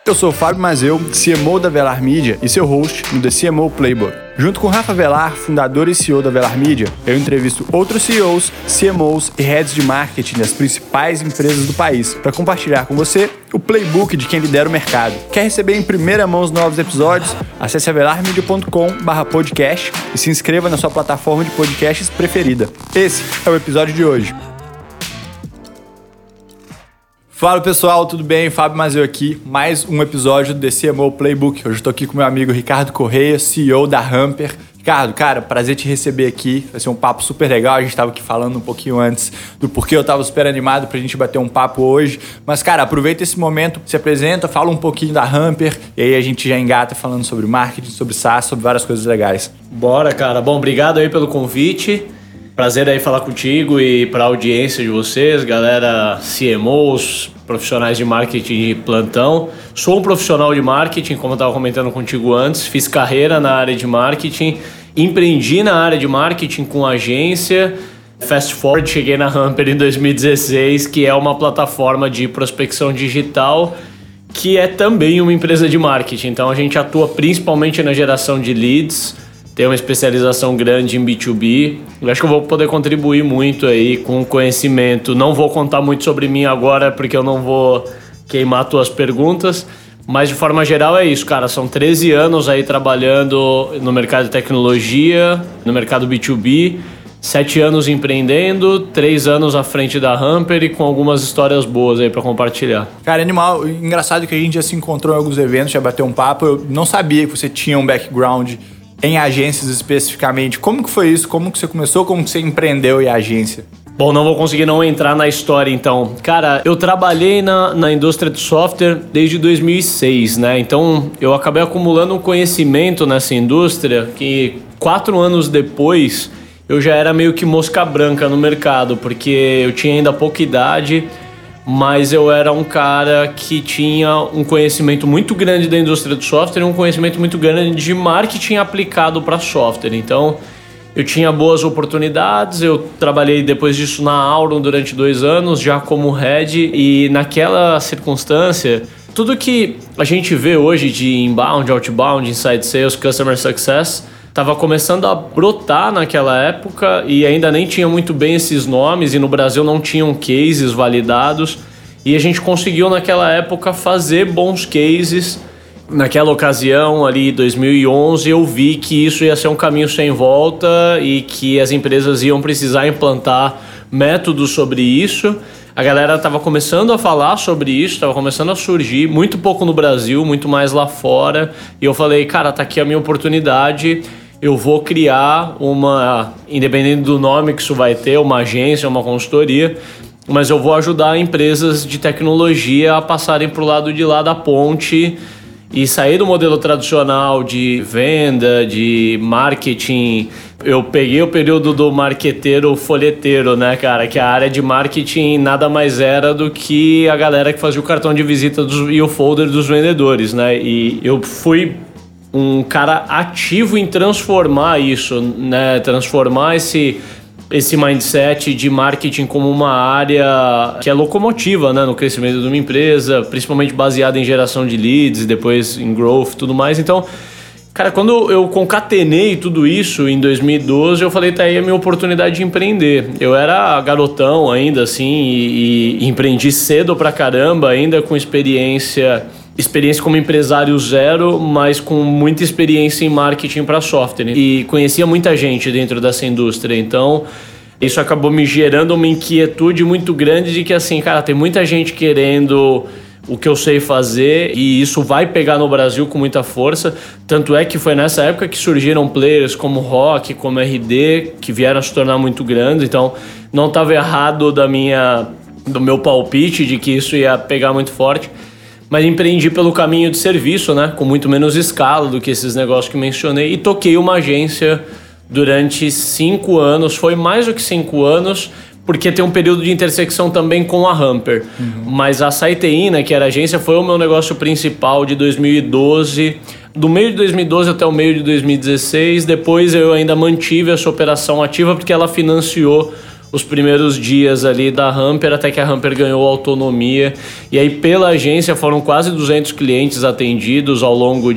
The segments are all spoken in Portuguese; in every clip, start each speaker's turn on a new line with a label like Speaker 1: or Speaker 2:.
Speaker 1: Eu sou o Fábio Mazeu, CMO da Velar Mídia e seu host no The CMO Playbook. Junto com Rafa Velar, fundador e CEO da Velar Mídia, eu entrevisto outros CEOs, CMOs e heads de marketing das principais empresas do país para compartilhar com você o playbook de quem lidera o mercado. Quer receber em primeira mão os novos episódios? Acesse avelarmedia.com/podcast e se inscreva na sua plataforma de podcasts preferida. Esse é o episódio de hoje. Fala pessoal, tudo bem? Fábio Mazeu aqui, mais um episódio do The CMO Playbook. Hoje eu estou aqui com meu amigo Ricardo Correia, CEO da Hamper. Ricardo, cara, prazer te receber aqui, vai ser um papo super legal, a gente estava aqui falando um pouquinho antes do porquê eu estava super animado pra gente bater um papo hoje, mas cara, aproveita esse momento, se apresenta, fala um pouquinho da Hamper e aí a gente já engata falando sobre marketing, sobre SaaS, sobre várias coisas legais.
Speaker 2: Bora, cara. Bom, obrigado aí pelo convite. Prazer aí falar contigo e para a audiência de vocês, galera CMOs, profissionais de marketing de plantão. Sou um profissional de marketing, como eu estava comentando contigo antes, fiz carreira na área de marketing, empreendi na área de marketing com agência. Fast forward, cheguei na Hamper em 2016, que é uma plataforma de prospecção digital, que é também uma empresa de marketing. Então a gente atua principalmente na geração de leads, tem uma especialização grande em B2B. Eu acho que eu vou poder contribuir muito aí com o conhecimento. Não vou contar muito sobre mim agora, porque eu não vou queimar tuas perguntas. Mas, de forma geral, é isso, cara. São 13 anos aí trabalhando no mercado de tecnologia, no mercado B2B. 7 anos empreendendo, 3 anos à frente da Hamper e com algumas histórias boas aí pra compartilhar.
Speaker 1: Cara, animal, engraçado que a gente já se encontrou em alguns eventos, já bateu um papo. Eu não sabia que você tinha um background em agências especificamente. Como que foi isso? Como que você começou? Como que você empreendeu em agência?
Speaker 2: Bom, não vou conseguir não entrar na história, então. Cara, eu trabalhei na indústria de software desde 2006, né? Então, eu acabei acumulando um conhecimento nessa indústria que 4 anos depois eu já era meio que mosca branca no mercado, porque eu tinha ainda pouca idade, mas eu era um cara que tinha um conhecimento muito grande da indústria do software e um conhecimento muito grande de marketing aplicado para software. Então, eu tinha boas oportunidades, eu trabalhei depois disso na Aurum durante 2 anos, já como head, e naquela circunstância, tudo que a gente vê hoje de inbound, outbound, inside sales, customer success, estava começando a brotar naquela época e ainda nem tinha muito bem esses nomes e no Brasil não tinham cases validados e a gente conseguiu naquela época fazer bons cases. Naquela ocasião, ali em 2011, eu vi que isso ia ser um caminho sem volta e que as empresas iam precisar implantar métodos sobre isso. A galera estava começando a falar sobre isso, estava começando a surgir, muito pouco no Brasil, muito mais lá fora. E eu falei, cara, tá aqui a minha oportunidade. Eu vou criar uma, independente do nome que isso vai ter, uma agência, uma consultoria, mas eu vou ajudar empresas de tecnologia a passarem para o lado de lá da ponte e sair do modelo tradicional de venda, de marketing. Eu peguei o período do marqueteiro folheteiro, né, cara? Que a área de marketing nada mais era do que a galera que fazia o cartão de visita e o folder dos vendedores, né? E eu fui um cara ativo em transformar isso, né? Transformar esse mindset de marketing como uma área que é locomotiva, né? No crescimento de uma empresa, principalmente baseada em geração de leads, depois em growth e tudo mais. Então, cara, quando eu concatenei tudo isso em 2012, eu falei, tá aí a minha oportunidade de empreender. Eu era garotão ainda, assim, e empreendi cedo pra caramba, ainda com experiência como empresário zero, mas com muita experiência em marketing para software. E conhecia muita gente dentro dessa indústria, então isso acabou me gerando uma inquietude muito grande de que, assim, cara, tem muita gente querendo o que eu sei fazer e isso vai pegar no Brasil com muita força. Tanto é que foi nessa época que surgiram players como Rock, como RD, que vieram a se tornar muito grandes. Então não estava errado do meu palpite de que isso ia pegar muito forte. Mas empreendi pelo caminho de serviço, né? Com muito menos escala do que esses negócios que mencionei. E toquei uma agência durante 5 anos. Foi mais do que 5 anos, porque tem um período de intersecção também com a Hamper. Mas a SciTI, né, que era a agência, foi o meu negócio principal de 2012. Do meio de 2012 até o meio de 2016. Depois eu ainda mantive essa operação ativa, porque ela financiou os primeiros dias ali da Hamper, até que a Hamper ganhou autonomia. E aí, pela agência, foram quase 200 clientes atendidos ao longo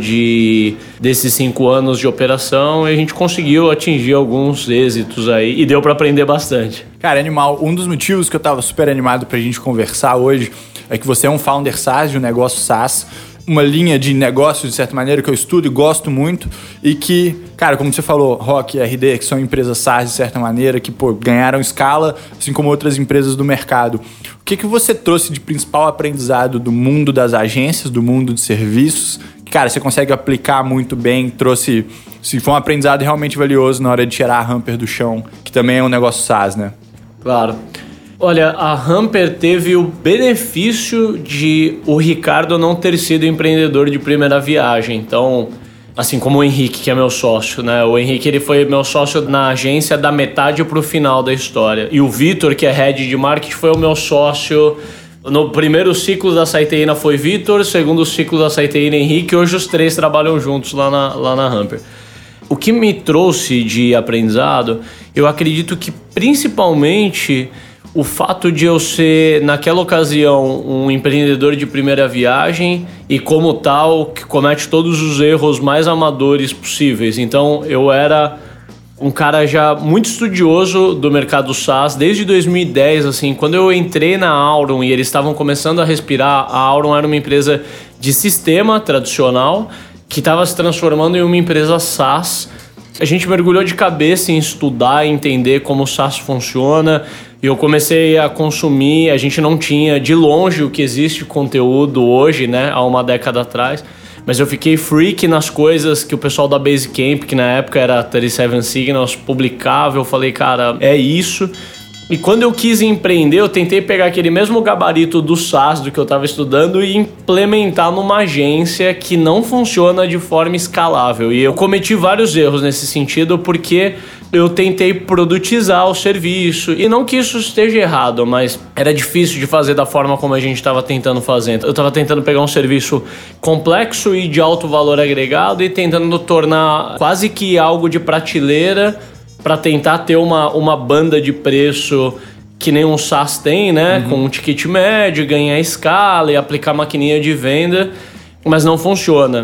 Speaker 2: desses 5 anos de operação, e a gente conseguiu atingir alguns êxitos aí, e deu para aprender bastante.
Speaker 1: Cara, animal, um dos motivos que eu tava super animado pra gente conversar hoje é que você é um founder SaaS de um negócio SaaS, uma linha de negócio, de certa maneira, que eu estudo e gosto muito, e que, cara, como você falou, Rock e RD, que são empresas SaaS, de certa maneira, que, ganharam escala, assim como outras empresas do mercado. O que você trouxe de principal aprendizado do mundo das agências, do mundo de serviços, que, cara, você consegue aplicar muito bem, trouxe, se foi um aprendizado realmente valioso na hora de tirar a Hamper do chão, que também é um negócio SaaS, né?
Speaker 2: Claro. Olha, a Hamper teve o benefício de o Ricardo não ter sido empreendedor de primeira viagem. Então, assim como o Henrique, que é meu sócio, né? O Henrique, ele foi meu sócio na agência da metade pro final da história. E o Vitor, que é head de marketing, foi o meu sócio. No primeiro ciclo da Saiteína foi Vitor, segundo ciclo da Saiteína Henrique. Hoje os 3 trabalham juntos lá na Hamper. O que me trouxe de aprendizado, eu acredito que principalmente o fato de eu ser, naquela ocasião, um empreendedor de primeira viagem e, como tal, que comete todos os erros mais amadores possíveis. Então, eu era um cara já muito estudioso do mercado SaaS desde 2010, assim, quando eu entrei na Aurum e eles estavam começando a respirar. A Aurum era uma empresa de sistema tradicional que estava se transformando em uma empresa SaaS. A gente mergulhou de cabeça em estudar, entender como o SaaS funciona. E eu comecei a consumir. A gente não tinha de longe o que existe conteúdo hoje, né, há uma década atrás. Mas eu fiquei freak nas coisas que o pessoal da Basecamp, que na época era 37 Signals, publicava. Eu falei, cara, é isso. E quando eu quis empreender, eu tentei pegar aquele mesmo gabarito do SaaS, do que eu estava estudando, e implementar numa agência que não funciona de forma escalável. E eu cometi vários erros nesse sentido, porque eu tentei produtizar o serviço. E não que isso esteja errado, mas era difícil de fazer da forma como a gente estava tentando fazer. Eu estava tentando pegar um serviço complexo e de alto valor agregado e tentando tornar quase que algo de prateleira, para tentar ter uma banda de preço que nem um SaaS tem, né? Com um ticket médio, ganhar escala e aplicar maquininha de venda, mas não funciona.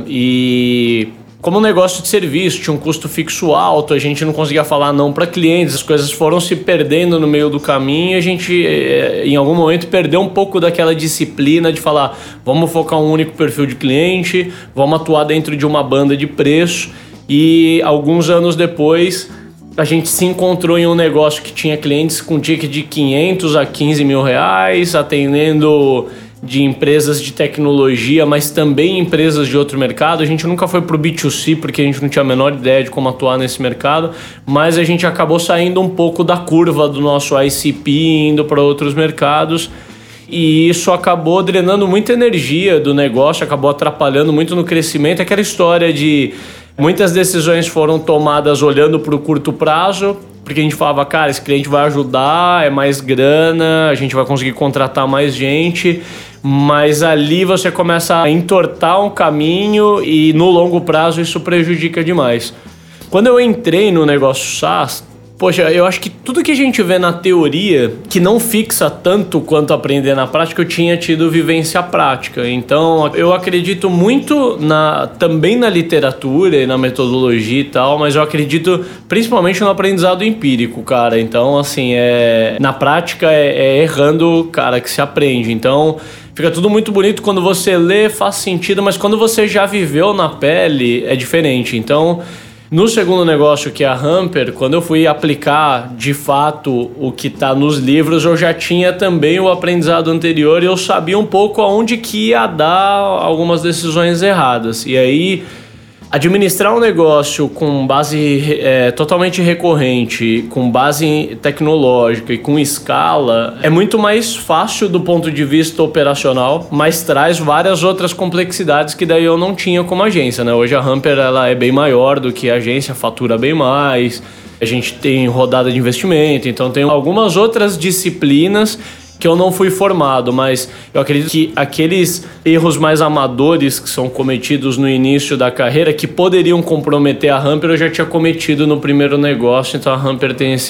Speaker 2: E como um negócio de serviço, tinha um custo fixo alto, a gente não conseguia falar não para clientes, as coisas foram se perdendo no meio do caminho e a gente, em algum momento, perdeu um pouco daquela disciplina de falar, vamos focar um único perfil de cliente, vamos atuar dentro de uma banda de preço. E alguns anos depois, a gente se encontrou em um negócio que tinha clientes com ticket de 500 a 15 mil reais, atendendo de empresas de tecnologia, mas também empresas de outro mercado. A gente nunca foi pro B2C, porque a gente não tinha a menor ideia de como atuar nesse mercado, mas a gente acabou saindo um pouco da curva do nosso ICP, indo para outros mercados. E isso acabou drenando muita energia do negócio, acabou atrapalhando muito no crescimento. Aquela história de muitas decisões foram tomadas olhando para o curto prazo, porque a gente falava, cara, esse cliente vai ajudar, é mais grana, a gente vai conseguir contratar mais gente, mas ali você começa a entortar um caminho e no longo prazo isso prejudica demais. Quando eu entrei no negócio SaaS, poxa, eu acho que tudo que a gente vê na teoria, que não fixa tanto quanto aprender na prática, eu tinha tido vivência prática. Então, eu acredito muito também na literatura e na metodologia e tal, mas eu acredito principalmente no aprendizado empírico, cara. Então, assim, na prática é errando, cara, que se aprende. Então, fica tudo muito bonito quando você lê, faz sentido, mas quando você já viveu na pele, é diferente. Então, no segundo negócio, que é a Hamper, quando eu fui aplicar de fato o que está nos livros, eu já tinha também o aprendizado anterior e eu sabia um pouco aonde que ia dar algumas decisões erradas. E aí, administrar um negócio com base totalmente recorrente, com base tecnológica e com escala é muito mais fácil do ponto de vista operacional, mas traz várias outras complexidades que daí eu não tinha como agência, né? Hoje a Hamper ela é bem maior do que a agência, fatura bem mais, a gente tem rodada de investimento, então tem algumas outras disciplinas que eu não fui formado, mas eu acredito que aqueles erros mais amadores que são cometidos no início da carreira, que poderiam comprometer a Hamper, eu já tinha cometido no primeiro negócio, então a Hamper tem esse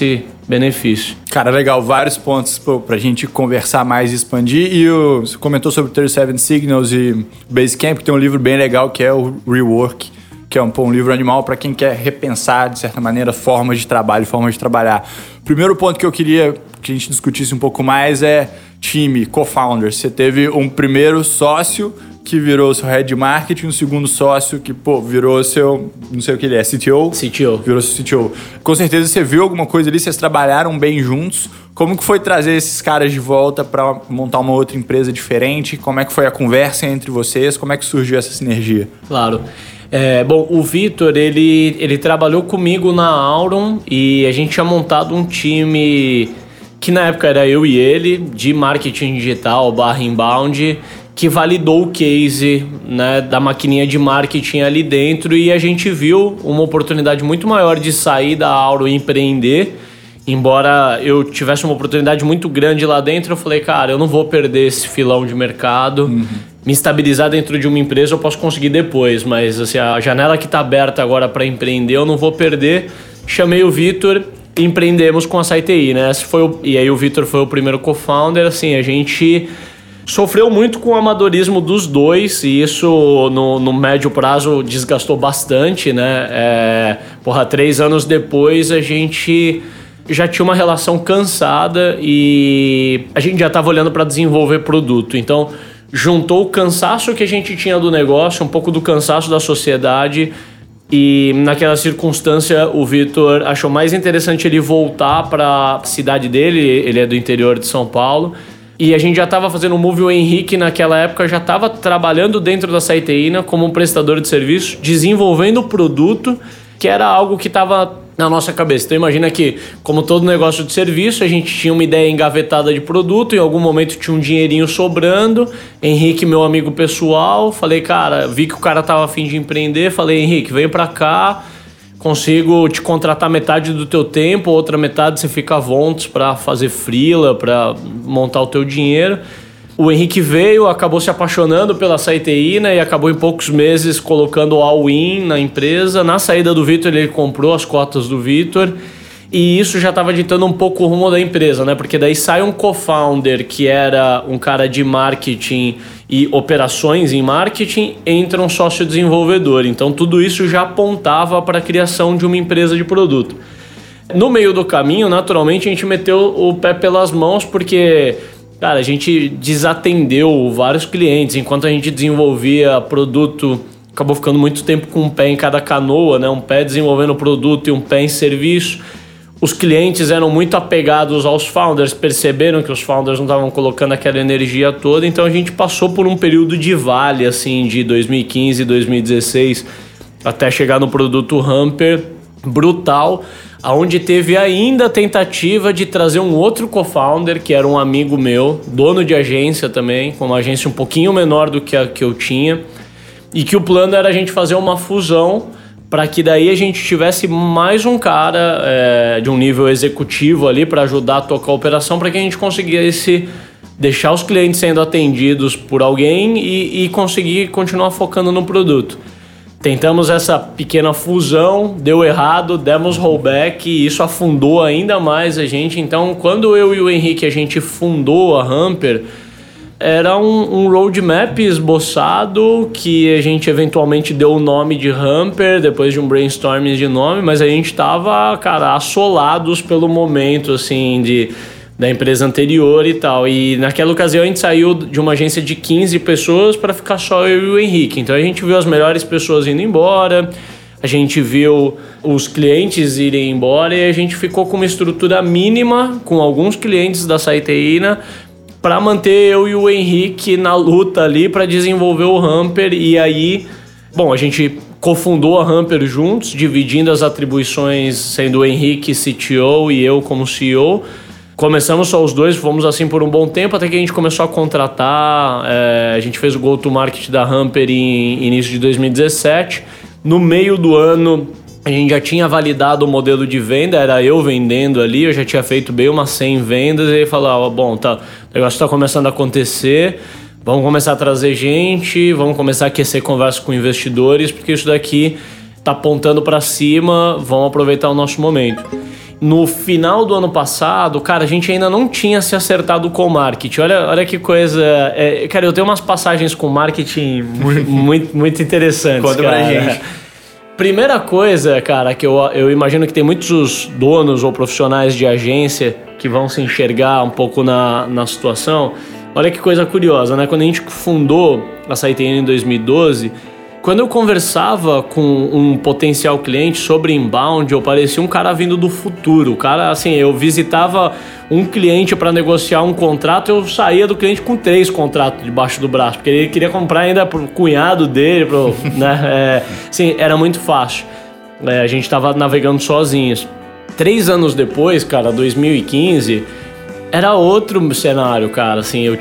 Speaker 2: benefício.
Speaker 1: Cara, legal, vários pontos pra gente conversar mais e expandir. E você comentou sobre 37 Signals e Basecamp, que tem um livro bem legal que é o Rework, que é um livro animal para quem quer repensar, de certa maneira, formas de trabalho, formas de trabalhar. O primeiro ponto que eu queria que a gente discutisse um pouco mais é time, co-founders. Você teve um primeiro sócio que virou seu head de marketing, um segundo sócio que, virou seu, não sei o que ele é, CTO?
Speaker 2: CTO.
Speaker 1: Virou seu CTO. Com certeza você viu alguma coisa ali, vocês trabalharam bem juntos. Como que foi trazer esses caras de volta para montar uma outra empresa diferente? Como é que foi a conversa entre vocês? Como é que surgiu essa sinergia?
Speaker 2: Claro. Bom, o Vitor, ele trabalhou comigo na Aurum e a gente tinha montado um time que na época era eu e ele, de marketing digital / inbound, que validou o case, né, da maquininha de marketing ali dentro, e a gente viu uma oportunidade muito maior de sair da Aurum e empreender. Embora eu tivesse uma oportunidade muito grande lá dentro, eu falei, cara, eu não vou perder esse filão de mercado. Me estabilizar dentro de uma empresa eu posso conseguir depois, mas assim, a janela que está aberta agora para empreender eu não vou perder. Chamei o Vitor e empreendemos com a SciTI, né? E aí o Vitor foi o primeiro co-founder. Assim, a gente sofreu muito com o amadorismo dos dois e isso no médio prazo desgastou bastante, né? 3 anos depois a gente já tinha uma relação cansada e a gente já estava olhando para desenvolver produto. Então, juntou o cansaço que a gente tinha do negócio, um pouco do cansaço da sociedade, e naquela circunstância o Vitor achou mais interessante ele voltar para a cidade dele, ele é do interior de São Paulo, e a gente já estava fazendo um move. O Henrique naquela época já estava trabalhando dentro da SciTI como um prestador de serviço, desenvolvendo o produto, que era algo que estava na nossa cabeça. Então imagina que, como todo negócio de serviço, a gente tinha uma ideia engavetada de produto, em algum momento tinha um dinheirinho sobrando. Henrique, meu amigo pessoal, falei, cara, vi que o cara tava a fim de empreender, falei, Henrique, vem pra cá, consigo te contratar metade do teu tempo, outra metade você fica à vontade para fazer freela, para montar o teu dinheiro. O Henrique veio, acabou se apaixonando pela SciTI, né, e acabou em poucos meses colocando o all-in na empresa. Na saída do Vitor, ele comprou as cotas do Vitor e isso já estava ditando um pouco o rumo da empresa, né, porque daí sai um co-founder que era um cara de marketing e operações em marketing, entra um sócio desenvolvedor. Então tudo isso já apontava para a criação de uma empresa de produto. No meio do caminho, naturalmente, a gente meteu o pé pelas mãos porque, cara, a gente desatendeu vários clientes. Enquanto a gente desenvolvia produto, acabou ficando muito tempo com um pé em cada canoa, né? Um pé desenvolvendo produto e um pé em serviço. Os clientes eram muito apegados aos founders, perceberam que os founders não estavam colocando aquela energia toda, então a gente passou por um período de vale, assim, de 2015, 2016, até chegar no produto Hamper, brutal, onde teve ainda a tentativa de trazer um outro co-founder, que era um amigo meu, dono de agência também, com uma agência um pouquinho menor do que a que eu tinha, e que o plano era a gente fazer uma fusão para que daí a gente tivesse mais um cara de um nível executivo ali para ajudar a tocar a operação, para que a gente conseguisse deixar os clientes sendo atendidos por alguém e conseguir continuar focando no produto. Tentamos essa pequena fusão, deu errado, demos rollback e isso afundou ainda mais a gente. Então, quando eu e o Henrique a gente fundou a Hamper, era um roadmap esboçado que a gente eventualmente deu o nome de Hamper depois de um brainstorming de nome, mas a gente estava, cara, assolados pelo momento, assim, da empresa anterior e tal. E naquela ocasião a gente saiu de uma agência de 15 pessoas para ficar só eu e o Henrique. Então a gente viu as melhores pessoas indo embora, a gente viu os clientes irem embora e a gente ficou com uma estrutura mínima com alguns clientes da SciTI para manter eu e o Henrique na luta ali para desenvolver o Hamper. E aí, bom, a gente cofundou a Hamper juntos, dividindo as atribuições, sendo o Henrique CTO e eu como CEO. Começamos só os dois, fomos assim por um bom tempo, até que a gente começou a contratar, a gente fez o go-to-market da Hamper em início de 2017. No meio do ano, a gente já tinha validado o modelo de venda, era eu vendendo ali, eu já tinha feito bem umas 100 vendas, e aí falava, bom, tá, o negócio está começando a acontecer, vamos começar a trazer gente, vamos começar a aquecer conversa com investidores, porque isso daqui está apontando para cima, vamos aproveitar o nosso momento. No final do ano passado, cara, a gente ainda não tinha se acertado com o marketing. Olha que coisa... cara, eu tenho umas passagens com marketing muito interessantes.
Speaker 1: Conta pra gente.
Speaker 2: Primeira coisa, cara, que eu imagino que tem muitos donos ou profissionais de agência que vão se enxergar um pouco na situação. Olha que coisa curiosa, né? Quando a gente fundou a SiteN em 2012... Quando eu conversava com um potencial cliente sobre inbound, eu parecia um cara vindo do futuro. O cara, assim, eu visitava um cliente para negociar um contrato, eu saía do cliente com 3 contratos debaixo do braço, porque ele queria comprar ainda pro cunhado dele, né? Assim, era muito fácil. A gente estava navegando sozinhos. 3 anos depois, cara, 2015... Era outro cenário, cara, assim, eu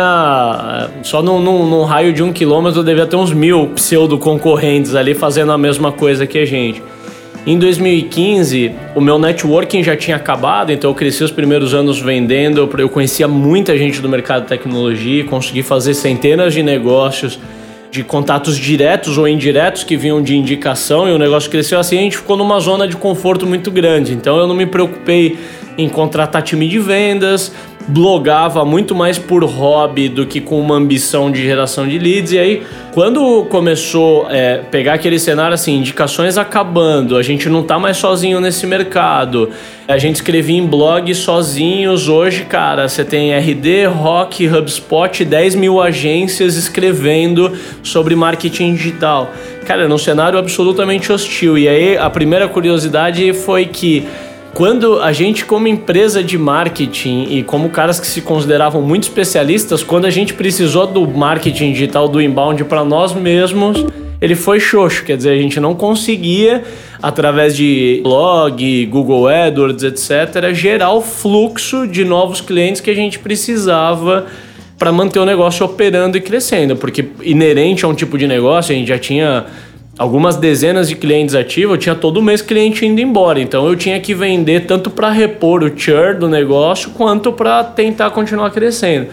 Speaker 2: tinha, só num raio de 1 quilômetro eu devia ter uns 1.000 pseudo-concorrentes ali fazendo a mesma coisa que a gente. Em 2015, o meu networking já tinha acabado, então eu cresci os primeiros anos vendendo, eu conhecia muita gente do mercado de tecnologia, consegui fazer centenas de negócios, de contatos diretos ou indiretos que vinham de indicação, e o negócio cresceu assim, a gente ficou numa zona de conforto muito grande, então eu não me preocupei em contratar time de vendas, blogava muito mais por hobby do que com uma ambição de geração de leads. E aí, quando começou a pegar aquele cenário assim, indicações acabando, a gente não tá mais sozinho nesse mercado, a gente escrevia em blog sozinhos. Hoje, cara, você tem RD, Rock, HubSpot, 10 mil agências escrevendo sobre marketing digital. Cara, era um cenário absolutamente hostil. E aí, a primeira curiosidade foi que quando a gente, como empresa de marketing e como caras que se consideravam muito especialistas, quando a gente precisou do marketing digital, do inbound para nós mesmos, ele foi xoxo. Quer dizer, a gente não conseguia, através de blog, Google AdWords, etc., gerar o fluxo de novos clientes que a gente precisava para manter o negócio operando e crescendo. Porque inerente a um tipo de negócio, a gente já tinha algumas dezenas de clientes ativos, eu tinha todo mês cliente indo embora, então eu tinha que vender tanto para repor o churn do negócio, quanto para tentar continuar crescendo.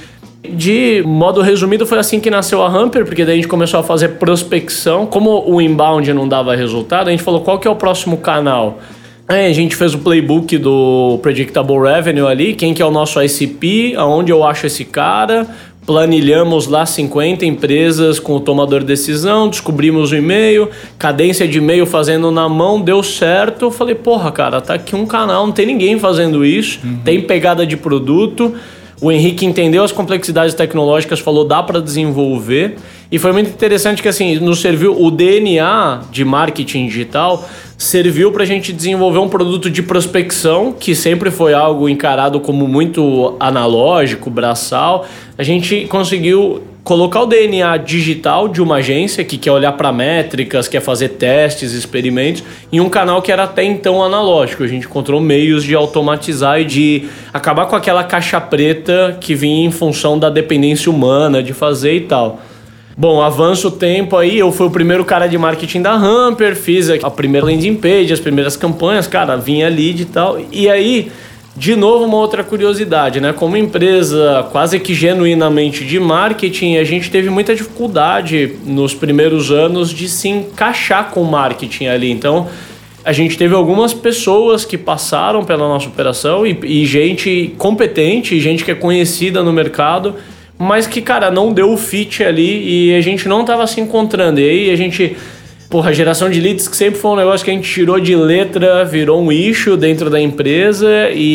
Speaker 2: De modo resumido, foi assim que nasceu a Hamper, porque daí a gente começou a fazer prospecção. Como o inbound não dava resultado, a gente falou, qual que é o próximo canal? Aí a gente fez o playbook do Predictable Revenue ali, quem que é o nosso ICP, aonde eu acho esse cara. Planilhamos lá 50 empresas com o tomador de decisão, descobrimos o e-mail, cadência de e-mail fazendo na mão, deu certo. Eu falei, porra, cara, tá aqui um canal, não tem ninguém fazendo isso, tem pegada de produto. O Henrique entendeu as complexidades tecnológicas, falou, dá para desenvolver. E foi muito interessante que, assim, nos serviu o DNA de marketing digital, serviu para a gente desenvolver um produto de prospecção, que sempre foi algo encarado como muito analógico, braçal. A gente conseguiu colocar o DNA digital de uma agência que quer olhar para métricas, quer fazer testes, experimentos, em um canal que era até então analógico. A gente encontrou meios de automatizar e de acabar com aquela caixa preta que vinha em função da dependência humana de fazer e tal. Bom, avança o tempo aí, eu fui o primeiro cara de marketing da Hamper, fiz a primeira landing page, as primeiras campanhas, cara, vinha lead e tal. E aí, de novo, uma outra curiosidade, né? Como empresa quase que genuinamente de marketing, a gente teve muita dificuldade nos primeiros anos de se encaixar com o marketing ali. Então, a gente teve algumas pessoas que passaram pela nossa operação e gente competente, gente que é conhecida no mercado, mas que, cara, não deu o fit ali e a gente não tava se encontrando. E aí a gente... Porra, a geração de leads que sempre foi um negócio que a gente tirou de letra, virou um issue dentro da empresa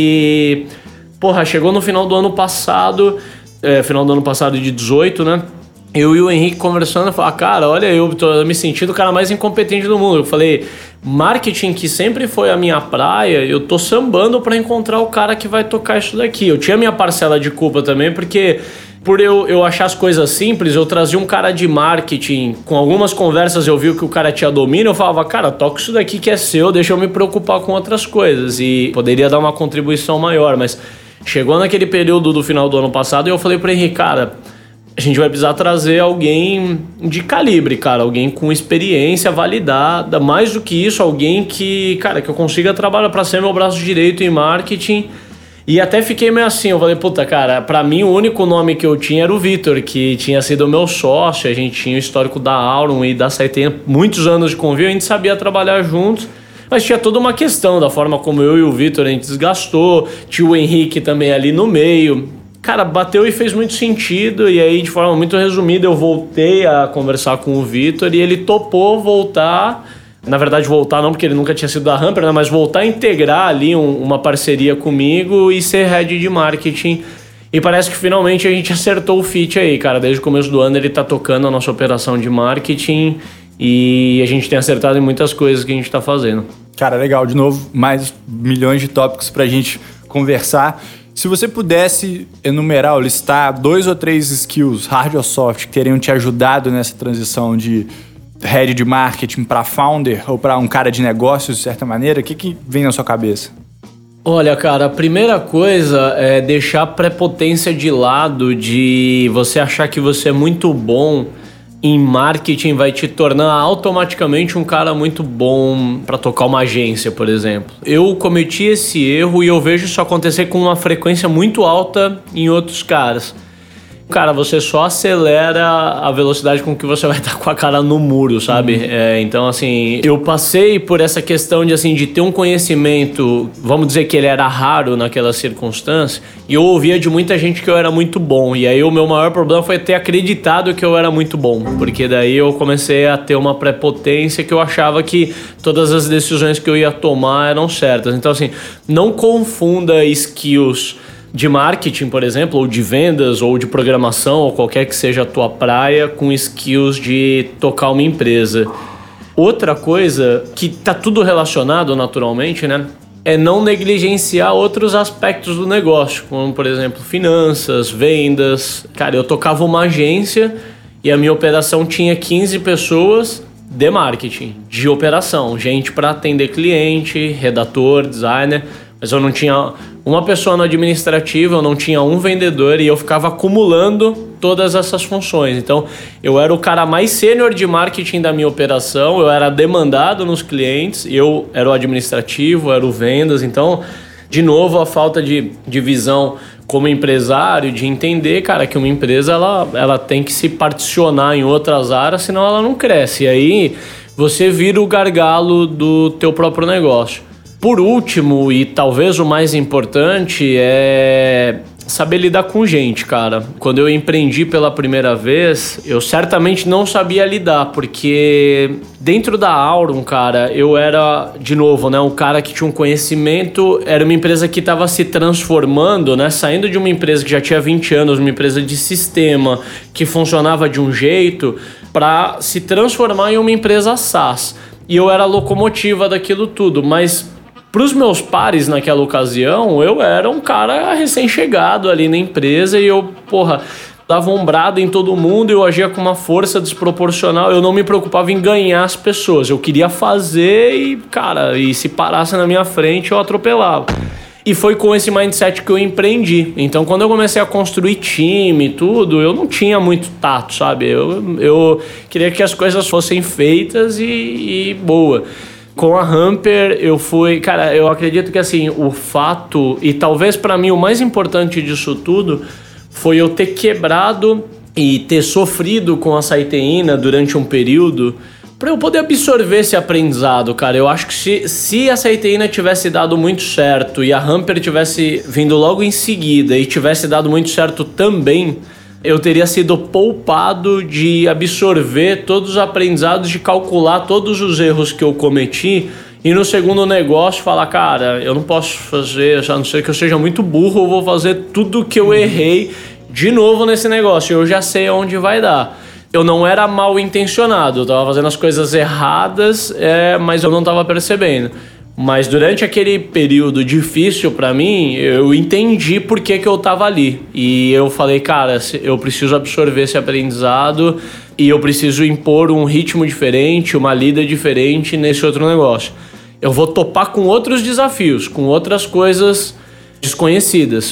Speaker 2: e... Porra, chegou no final do ano passado, final do ano passado de 18, né? Eu e o Henrique conversando, eu falei, cara, olha, eu tô me sentindo o cara mais incompetente do mundo. Eu falei, marketing, que sempre foi a minha praia, eu tô sambando pra encontrar o cara que vai tocar isso daqui. Eu tinha minha parcela de culpa também, porque... Por eu achar as coisas simples, eu trazia um cara de marketing, com algumas conversas eu vi que o cara tinha domínio, eu falava, cara, toca isso daqui que é seu, deixa eu me preocupar com outras coisas. E poderia dar uma contribuição maior, mas chegou naquele período do final do ano passado e eu falei pro Henrique, cara, a gente vai precisar trazer alguém de calibre, cara, alguém com experiência validada, mais do que isso, alguém que, cara, que eu consiga trabalhar para ser meu braço direito em marketing. E até fiquei meio assim, eu falei, puta, cara, pra mim o único nome que eu tinha era o Vitor, que tinha sido meu sócio, a gente tinha o histórico da Aurum e da SiteN, muitos anos de convívio, a gente sabia trabalhar juntos, Mas tinha toda uma questão da forma como eu e o Vitor a gente desgastou, tinha o Henrique também ali no meio. Cara, bateu e fez muito sentido, e aí de forma muito resumida eu voltei a conversar com o Vitor e ele topou voltar, na verdade voltar não porque ele nunca tinha sido da Hamper, né, mas voltar a integrar ali uma parceria comigo e ser head de marketing. E parece que finalmente a gente acertou o fit aí, cara. Desde o começo do ano ele tá tocando a nossa operação de marketing e a gente tem acertado em muitas coisas que a gente tá fazendo.
Speaker 1: Cara, legal. De novo, mais milhões de tópicos pra gente conversar. Se você pudesse enumerar ou listar 2 ou 3 skills, hard ou soft, que teriam te ajudado nessa transição de head de marketing para founder ou para um cara de negócios, de certa maneira, o que vem na sua cabeça?
Speaker 2: Olha, cara, a primeira coisa é deixar a prepotência de lado, de você achar que você é muito bom em marketing vai te tornar automaticamente um cara muito bom para tocar uma agência, por exemplo. Eu cometi esse erro e eu vejo isso acontecer com uma frequência muito alta em outros caras. Cara, você só acelera a velocidade com que você vai estar com a cara no muro, sabe? Então, assim, eu passei por essa questão de ter um conhecimento, vamos dizer que ele era raro naquela circunstância, e eu ouvia de muita gente que eu era muito bom. E aí o meu maior problema foi ter acreditado que eu era muito bom, porque daí eu comecei a ter uma prepotência que eu achava que todas as decisões que eu ia tomar eram certas. Então, assim, não confunda skills de marketing, por exemplo, ou de vendas, ou de programação, ou qualquer que seja a tua praia, com skills de tocar uma empresa. Outra coisa, que tá tudo relacionado naturalmente, né? É não negligenciar outros aspectos do negócio, como, por exemplo, finanças, vendas. Cara, eu tocava uma agência e a minha operação tinha 15 pessoas de marketing, de operação. Gente para atender cliente, redator, designer, mas eu não tinha uma pessoa no administrativo, eu não tinha um vendedor e eu ficava acumulando todas essas funções. Então, eu era o cara mais sênior de marketing da minha operação, eu era demandado nos clientes, eu era o administrativo, eu era o vendas. Então, de novo, a falta de visão como empresário, de entender, cara, que uma empresa ela tem que se particionar em outras áreas, senão ela não cresce. E aí, você vira o gargalo do teu próprio negócio. Por último, e talvez o mais importante, é saber lidar com gente, cara. Quando eu empreendi pela primeira vez, eu certamente não sabia lidar, porque dentro da Aurum, cara, eu era, de novo, né, um cara que tinha um conhecimento, era uma empresa que estava se transformando, né, saindo de uma empresa que já tinha 20 anos, uma empresa de sistema, que funcionava de um jeito, para se transformar em uma empresa SaaS. E eu era a locomotiva daquilo tudo, mas para os meus pares naquela ocasião, eu era um cara recém-chegado ali na empresa e eu, dava ombrada em todo mundo, eu agia com uma força desproporcional, eu não me preocupava em ganhar as pessoas, eu queria fazer e se parasse na minha frente eu atropelava. E foi com esse mindset que eu empreendi. Então, quando eu comecei a construir time e tudo, eu não tinha muito tato, sabe? Eu queria que as coisas fossem feitas e boa. Com a Hamper, eu fui... Cara, eu acredito que, assim, o fato... E talvez, para mim, o mais importante disso tudo foi eu ter quebrado e ter sofrido com a Saiteína durante um período para eu poder absorver esse aprendizado, cara. Eu acho que se a Saiteína tivesse dado muito certo e a Hamper tivesse vindo logo em seguida e tivesse dado muito certo também, eu teria sido poupado de absorver todos os aprendizados, de calcular todos os erros que eu cometi e no segundo negócio falar, cara, eu não posso fazer, a não ser que eu seja muito burro, eu vou fazer tudo que eu errei de novo nesse negócio. Eu já sei onde vai dar. Eu não era mal intencionado, eu tava fazendo as coisas erradas, mas eu não tava percebendo. Mas durante aquele período difícil pra mim, eu entendi por que eu tava ali. E eu falei, cara, eu preciso absorver esse aprendizado e eu preciso impor um ritmo diferente, uma lida diferente nesse outro negócio. Eu vou topar com outros desafios, com outras coisas desconhecidas,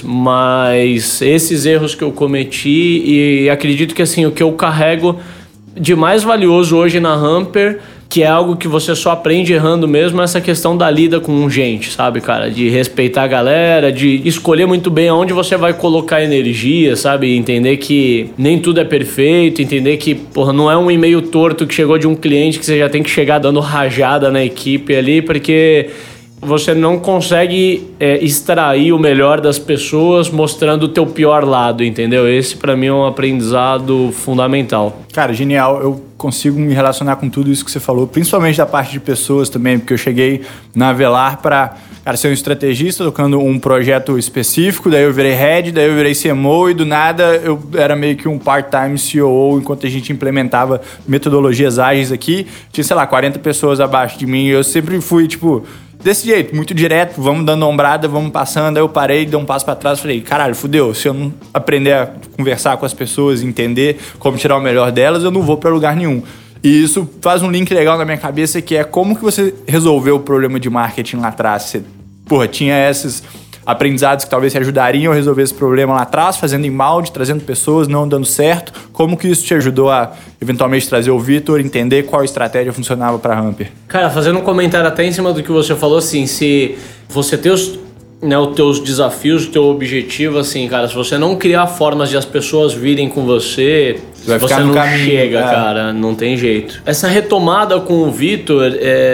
Speaker 2: mas esses erros que eu cometi, e acredito que assim, o que eu carrego de mais valioso hoje na Hamper, que é algo que você só aprende errando mesmo, essa questão da lida com gente, sabe, cara? De respeitar a galera, de escolher muito bem aonde você vai colocar energia, sabe? Entender que nem tudo é perfeito, entender que, porra, não é um e-mail torto que chegou de um cliente que você já tem que chegar dando rajada na equipe ali, porque você não consegue extrair o melhor das pessoas mostrando o teu pior lado, entendeu? Esse, pra mim, é um aprendizado fundamental.
Speaker 1: Cara, genial. Eu consigo me relacionar com tudo isso que você falou, principalmente da parte de pessoas também, porque eu cheguei na Avelar para, cara, ser um estrategista tocando um projeto específico, daí eu virei head, daí eu virei CMO e do nada eu era meio que um part-time COO enquanto a gente implementava metodologias ágeis aqui. Tinha, sei lá, 40 pessoas abaixo de mim e eu sempre fui, tipo, desse jeito, muito direto, vamos dando ombrada, vamos passando. Aí eu parei, dei um passo pra trás e falei, caralho, fudeu, se eu não aprender a conversar com as pessoas, entender como tirar o melhor delas, eu não vou pra lugar nenhum. E isso faz um link legal na minha cabeça, que é como que você resolveu o problema de marketing lá atrás. Você, porra, tinha esses aprendizados que talvez te ajudariam a resolver esse problema lá atrás, fazendo inbound, trazendo pessoas, não dando certo. Como que isso te ajudou a, eventualmente, trazer o Vitor, entender qual estratégia funcionava para a Hamper?
Speaker 2: Cara, fazendo um comentário até em cima do que você falou, assim, se você ter os teus desafios, o teu objetivo, assim, cara, se você não criar formas de as pessoas virem com você
Speaker 1: ficar no
Speaker 2: não
Speaker 1: caminho,
Speaker 2: chega, cara, não tem jeito. Essa retomada com o Vitor,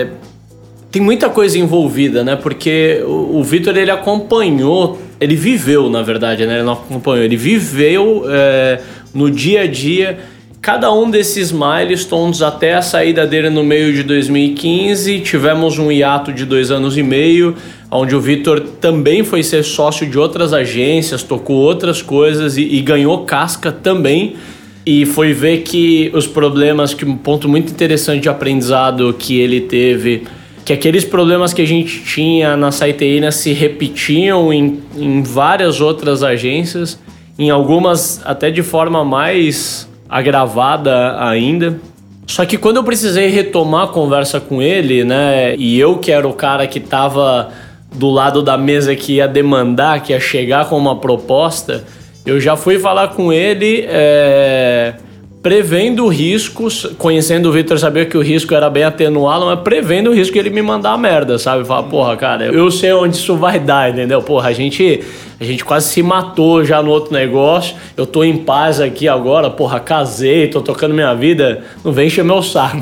Speaker 2: tem muita coisa envolvida, né? Porque o Vitor, ele acompanhou, ele viveu, na verdade, né? Ele não acompanhou, ele viveu no dia a dia cada um desses milestones até a saída dele no meio de 2015. Tivemos um hiato de 2 anos e meio, onde o Vitor também foi ser sócio de outras agências, tocou outras coisas e ganhou casca também. E foi ver que os problemas, que um ponto muito interessante de aprendizado que ele teve, que aqueles problemas que a gente tinha na Saiteína se repetiam em várias outras agências, em algumas até de forma mais agravada ainda. Só que quando eu precisei retomar a conversa com ele, né, e eu que era o cara que estava do lado da mesa que ia demandar, que ia chegar com uma proposta, eu já fui falar com ele prevendo riscos, conhecendo o Vitor, sabia que o risco era bem atenuado, mas prevendo o risco de ele me mandar a merda, sabe? Falar, porra, cara, eu sei onde isso vai dar, entendeu? Porra, a gente quase se matou já no outro negócio, eu tô em paz aqui agora, porra, casei, tô tocando minha vida, não vem encher meu saco.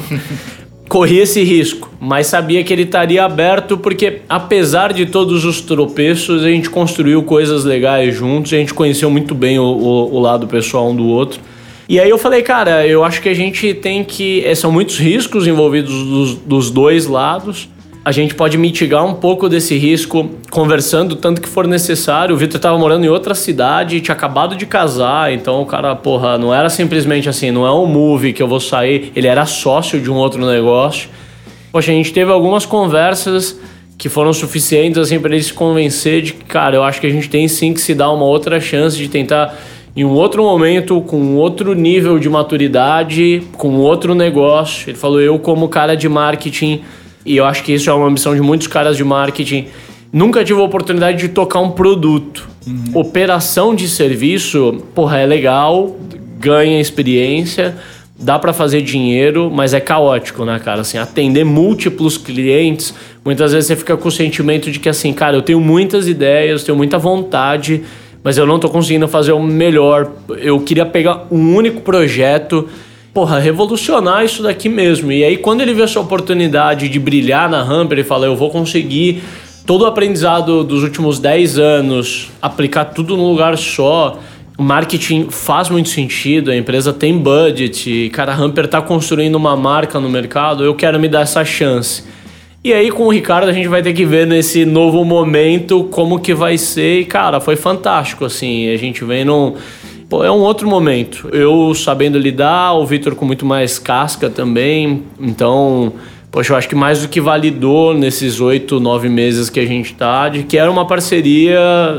Speaker 2: Corri esse risco, mas sabia que ele estaria aberto porque, apesar de todos os tropeços, a gente construiu coisas legais juntos, a gente conheceu muito bem o lado pessoal um do outro. E aí eu falei, cara, eu acho que a gente tem que... São muitos riscos envolvidos dos dois lados. A gente pode mitigar um pouco desse risco conversando tanto que for necessário. O Vitor estava morando em outra cidade, tinha acabado de casar, então o cara, porra, não era simplesmente assim, não é um movie que eu vou sair. Ele era sócio de um outro negócio. Poxa, a gente teve algumas conversas que foram suficientes assim para ele se convencer de que, cara, eu acho que a gente tem sim que se dar uma outra chance de tentar... em um outro momento, com outro nível de maturidade, com outro negócio. Ele falou, eu como cara de marketing, e eu acho que isso é uma ambição de muitos caras de marketing, nunca tive a oportunidade de tocar um produto. Operação de serviço, porra, é legal, ganha experiência, dá pra fazer dinheiro, mas é caótico, né, cara? Assim, atender múltiplos clientes, muitas vezes você fica com o sentimento de que, assim, cara, eu tenho muitas ideias, tenho muita vontade, mas eu não tô conseguindo fazer o melhor. Eu queria pegar um único projeto, porra, revolucionar isso daqui mesmo. E aí, quando ele viu essa oportunidade de brilhar na Hamper, ele falou, eu vou conseguir todo o aprendizado dos últimos 10 anos, aplicar tudo num lugar só. O marketing faz muito sentido, a empresa tem budget, e, cara, a Hamper tá construindo uma marca no mercado, eu quero me dar essa chance. E aí, com o Ricardo, a gente vai ter que ver nesse novo momento como que vai ser. E, cara, foi fantástico, assim. A gente vem num... Pô, é um outro momento. Eu sabendo lidar, o Vitor com muito mais casca também. Então, poxa, eu acho que mais do que validou nesses 8, 9 meses que a gente tá, de que era uma parceria...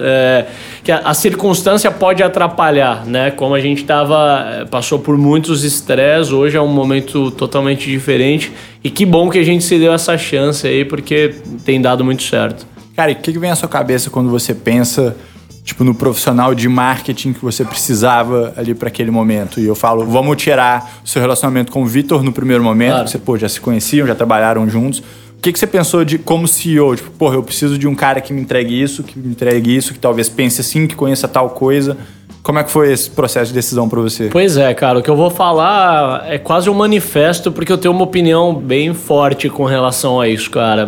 Speaker 2: que a circunstância pode atrapalhar, né? Como a gente passou por muitos estresses, hoje é um momento totalmente diferente. E que bom que a gente se deu essa chance aí, porque tem dado muito certo.
Speaker 1: Cara, e o que vem à sua cabeça quando você pensa, tipo, no profissional de marketing que você precisava ali para aquele momento? E eu falo, vamos tirar o seu relacionamento com o Vitor no primeiro momento,
Speaker 2: claro.
Speaker 1: que você, já se conheciam, já trabalharam juntos. O que você pensou de como CEO? Tipo, eu preciso de um cara que me entregue isso, que talvez pense assim, que conheça tal coisa. Como é que foi esse processo de decisão para você?
Speaker 2: Pois é, cara, o que eu vou falar é quase um manifesto, porque eu tenho uma opinião bem forte com relação a isso, cara.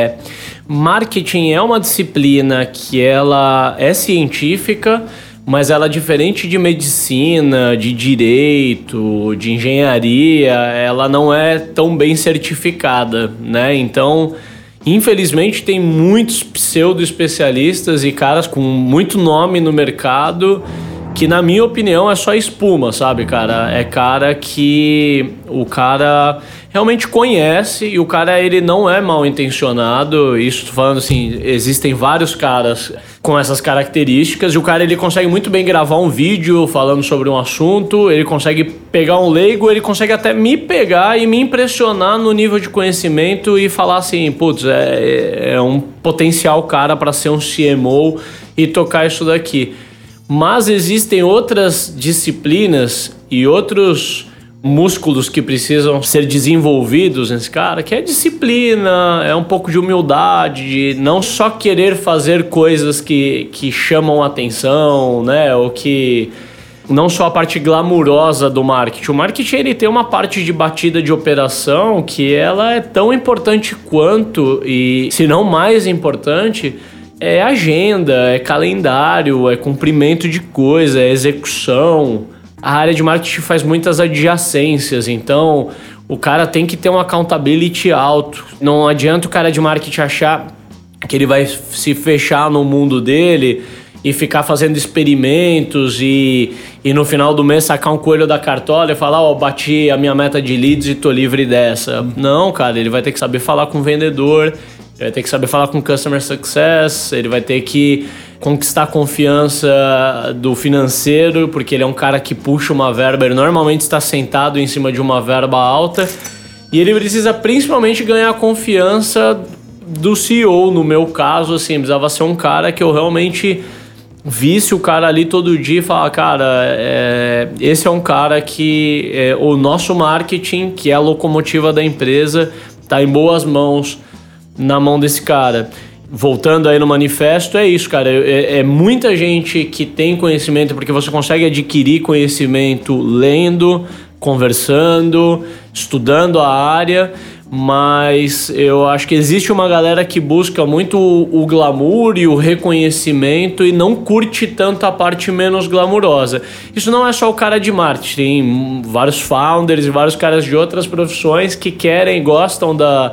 Speaker 2: Marketing é uma disciplina que ela é científica, mas ela é diferente de medicina, de direito, de engenharia, ela não é tão bem certificada, né? Então, infelizmente, tem muitos pseudo-especialistas e caras com muito nome no mercado que, na minha opinião, é só espuma, sabe, cara? É cara que o cara realmente conhece e o cara, ele não é mal intencionado. Isso, tô falando assim, existem vários caras com essas características e o cara, ele consegue muito bem gravar um vídeo falando sobre um assunto, ele consegue pegar um leigo, ele consegue até me pegar e me impressionar no nível de conhecimento e falar assim, putz, é um potencial cara para ser um CMO e tocar isso daqui. Mas existem outras disciplinas e outros músculos que precisam ser desenvolvidos nesse cara, que é disciplina, é um pouco de humildade, de não só querer fazer coisas que chamam atenção, né? Ou que não só a parte glamurosa do marketing. O marketing, ele tem uma parte de batida de operação que ela é tão importante quanto, e se não mais importante, é agenda, é calendário, é cumprimento de coisa, é execução. A área de marketing faz muitas adjacências, então o cara tem que ter um accountability alto. Não adianta o cara de marketing achar que ele vai se fechar no mundo dele e ficar fazendo experimentos e no final do mês sacar um coelho da cartola e falar, bati a minha meta de leads e tô livre dessa. Não, cara, ele vai ter que saber falar com o vendedor, ele vai ter que saber falar com Customer Success, ele vai ter que conquistar a confiança do financeiro, porque ele é um cara que puxa uma verba, ele normalmente está sentado em cima de uma verba alta, e ele precisa principalmente ganhar a confiança do CEO. No meu caso, assim, precisava ser um cara que eu realmente visse o cara ali todo dia e falar, cara, esse é um cara que o nosso marketing, que é a locomotiva da empresa, está em boas mãos, na mão desse cara. Voltando aí no manifesto, é isso, cara. É muita gente que tem conhecimento, porque você consegue adquirir conhecimento lendo, conversando, estudando a área, mas eu acho que existe uma galera que busca muito o glamour e o reconhecimento e não curte tanto a parte menos glamurosa. Isso não é só o cara de marketing, tem vários founders e vários caras de outras profissões que querem, gostam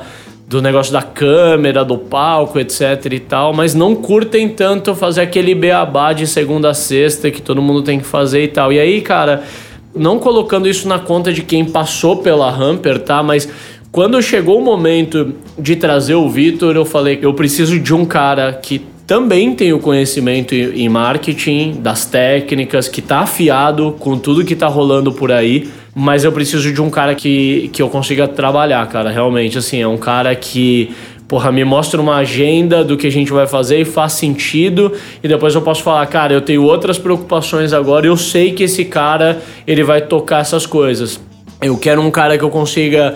Speaker 2: do negócio da câmera, do palco, etc e tal, mas não curtem tanto fazer aquele beabá de segunda a sexta que todo mundo tem que fazer e tal. E aí, cara, não colocando isso na conta de quem passou pela Humper, tá? Mas quando chegou o momento de trazer o Vitor, eu falei que eu preciso de um cara que também tem o conhecimento em marketing, das técnicas, que tá afiado com tudo que tá rolando por aí, mas eu preciso de um cara que eu consiga trabalhar, cara, realmente, assim, é um cara que, me mostra uma agenda do que a gente vai fazer e faz sentido, e depois eu posso falar, cara, eu tenho outras preocupações agora, eu sei que esse cara, ele vai tocar essas coisas. Eu quero um cara que eu consiga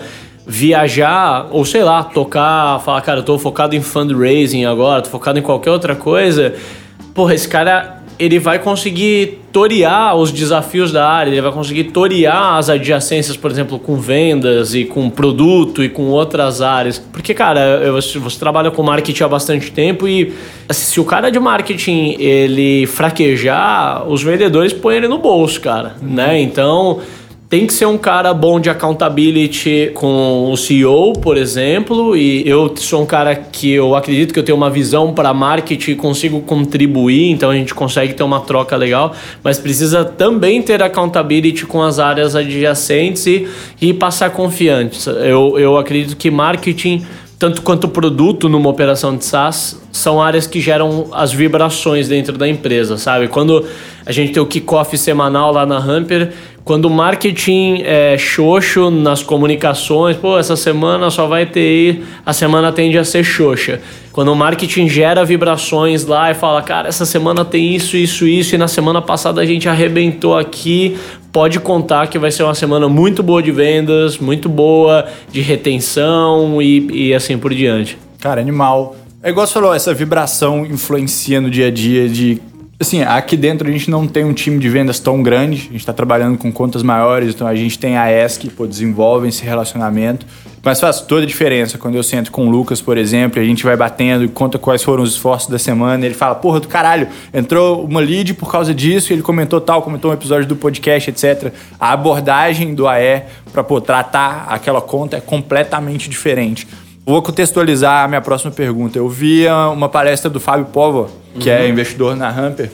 Speaker 2: viajar, ou sei lá, tocar, falar, cara, eu tô focado em fundraising agora, tô focado em qualquer outra coisa. Esse cara, ele vai conseguir torear os desafios da área, ele vai conseguir torear as adjacências, por exemplo, com vendas e com produto e com outras áreas. Porque, cara, você trabalha com marketing há bastante tempo e se o cara de marketing, ele fraquejar, os vendedores põem ele no bolso, cara, né? Então tem que ser um cara bom de accountability com o CEO, por exemplo, e eu sou um cara que eu acredito que eu tenho uma visão para marketing e consigo contribuir, então a gente consegue ter uma troca legal, mas precisa também ter accountability com as áreas adjacentes e passar confiança. Eu acredito que marketing, tanto quanto produto numa operação de SaaS, são áreas que geram as vibrações dentro da empresa, sabe? Quando a gente tem o kickoff semanal lá na Humper, quando o marketing é xoxo nas comunicações, essa semana só vai ter, a semana tende a ser xoxa. Quando o marketing gera vibrações lá e fala, cara, essa semana tem isso, isso, isso, e na semana passada a gente arrebentou aqui, pode contar que vai ser uma semana muito boa de vendas, muito boa de retenção e assim por diante.
Speaker 1: Cara, animal. É igual você falou, essa vibração influencia no dia a dia de... Assim, aqui dentro a gente não tem um time de vendas tão grande, a gente está trabalhando com contas maiores, então a gente tem a ESC, desenvolve esse relacionamento, mas faz toda a diferença quando eu sento com o Lucas, por exemplo, e a gente vai batendo e conta quais foram os esforços da semana, e ele fala, porra do caralho, entrou uma lead por causa disso, e ele comentou um episódio do podcast, etc. A abordagem do AE para tratar aquela conta é completamente diferente. Vou contextualizar a minha próxima pergunta. Eu vi uma palestra do Fábio Povo, que é investidor na Hamper,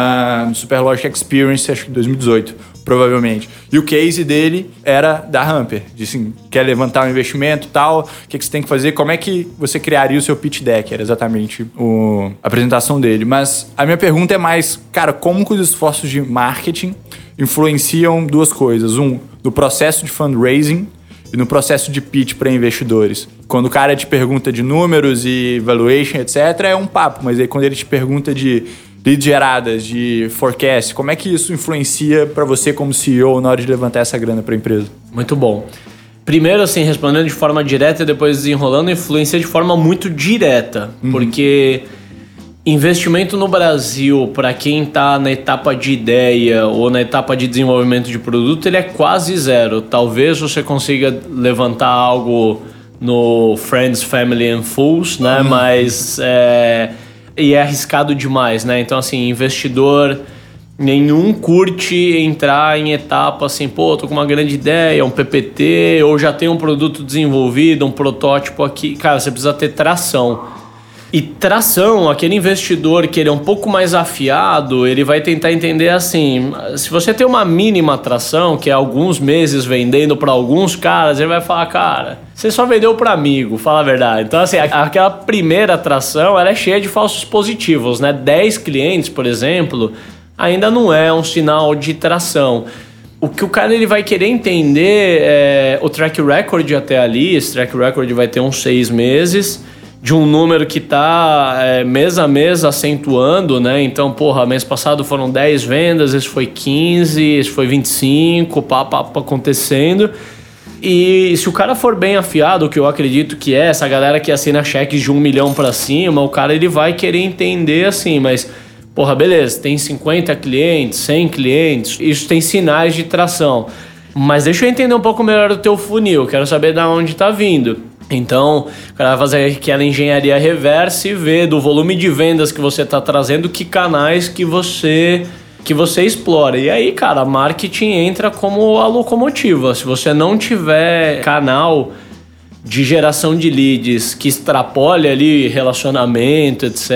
Speaker 1: no Superlogic Experience, acho que em 2018, provavelmente. E o case dele era da Hamper. Disse assim, quer levantar um investimento e tal, o que você tem que fazer, como é que você criaria o seu pitch deck? Era exatamente a apresentação dele. Mas a minha pergunta é mais, cara, como que os esforços de marketing influenciam duas coisas? No processo de fundraising e no processo de pitch para investidores. Quando o cara te pergunta de números e valuation, etc., é um papo. Mas aí quando ele te pergunta de leads geradas, de forecast, como é que isso influencia para você como CEO na hora de levantar essa grana para a empresa?
Speaker 2: Muito bom. Primeiro, assim, respondendo de forma direta e depois desenrolando, influencia de forma muito direta. Porque investimento no Brasil, para quem está na etapa de ideia ou na etapa de desenvolvimento de produto, ele é quase zero. Talvez você consiga levantar algo no Friends, Family and Fools, né? Mas é arriscado demais, né? Então, assim, investidor nenhum curte entrar em etapa assim, pô, tô com uma grande ideia, um PPT, ou já tem um produto desenvolvido, um protótipo aqui. Cara, você precisa ter tração. E tração, aquele investidor que ele é um pouco mais afiado, ele vai tentar entender assim, se você tem uma mínima tração, que é alguns meses vendendo para alguns caras, ele vai falar, cara, você só vendeu para amigo, fala a verdade. Então assim, aquela primeira tração, ela é cheia de falsos positivos, né? 10 clientes, por exemplo, ainda não é um sinal de tração. O que o cara ele vai querer entender é o track record até ali, esse track record vai ter uns 6 meses, de um número que está mês a mês acentuando, né? Então, porra, mês passado foram 10 vendas, esse foi 15, esse foi 25, acontecendo. E se o cara for bem afiado, o que eu acredito que é, essa galera que assina cheques de 1 milhão para cima, o cara ele vai querer entender assim, mas, porra, beleza, tem 50 clientes, 100 clientes, isso tem sinais de tração. Mas deixa eu entender um pouco melhor o teu funil, quero saber de onde está vindo. Então, o cara vai fazer aquela engenharia reversa e ver do volume de vendas que você está trazendo, que canais que você explora. E aí, cara, marketing entra como a locomotiva. Se você não tiver canal de geração de leads que extrapole ali relacionamento, etc.,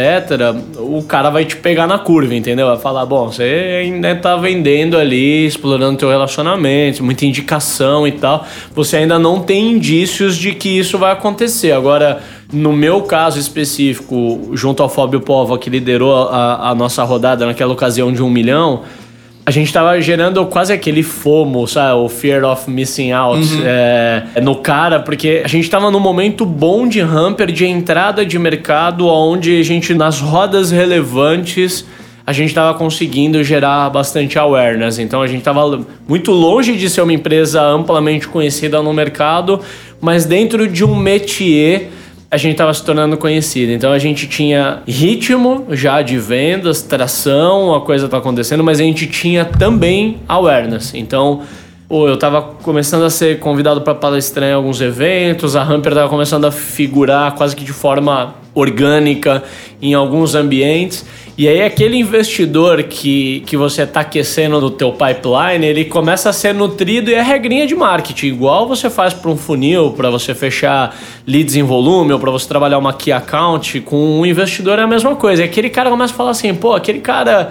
Speaker 2: o cara vai te pegar na curva, entendeu? Vai falar, bom, você ainda tá vendendo ali, explorando teu relacionamento, muita indicação e tal, você ainda não tem indícios de que isso vai acontecer. Agora, no meu caso específico, junto ao Fábio Povo, que liderou a nossa rodada naquela ocasião de 1 milhão, a gente tava gerando quase aquele FOMO, sabe? O Fear of Missing Out no cara, porque a gente tava num momento bom de Hamper, de entrada de mercado, onde a gente, nas rodas relevantes, a gente tava conseguindo gerar bastante awareness. Então a gente tava muito longe de ser uma empresa amplamente conhecida no mercado, mas dentro de um métier a gente estava se tornando conhecido. Então a gente tinha ritmo já de vendas, tração, a coisa tá acontecendo, mas a gente tinha também awareness. Então eu estava começando a ser convidado para palestrar em alguns eventos, a Hamper estava começando a figurar quase que de forma orgânica em alguns ambientes. E aí aquele investidor que você está aquecendo no teu pipeline, ele começa a ser nutrido e é regrinha de marketing, igual você faz para um funil, para você fechar leads em volume ou para você trabalhar uma key account, com um investidor é a mesma coisa. E aquele cara começa a falar assim, pô, aquele cara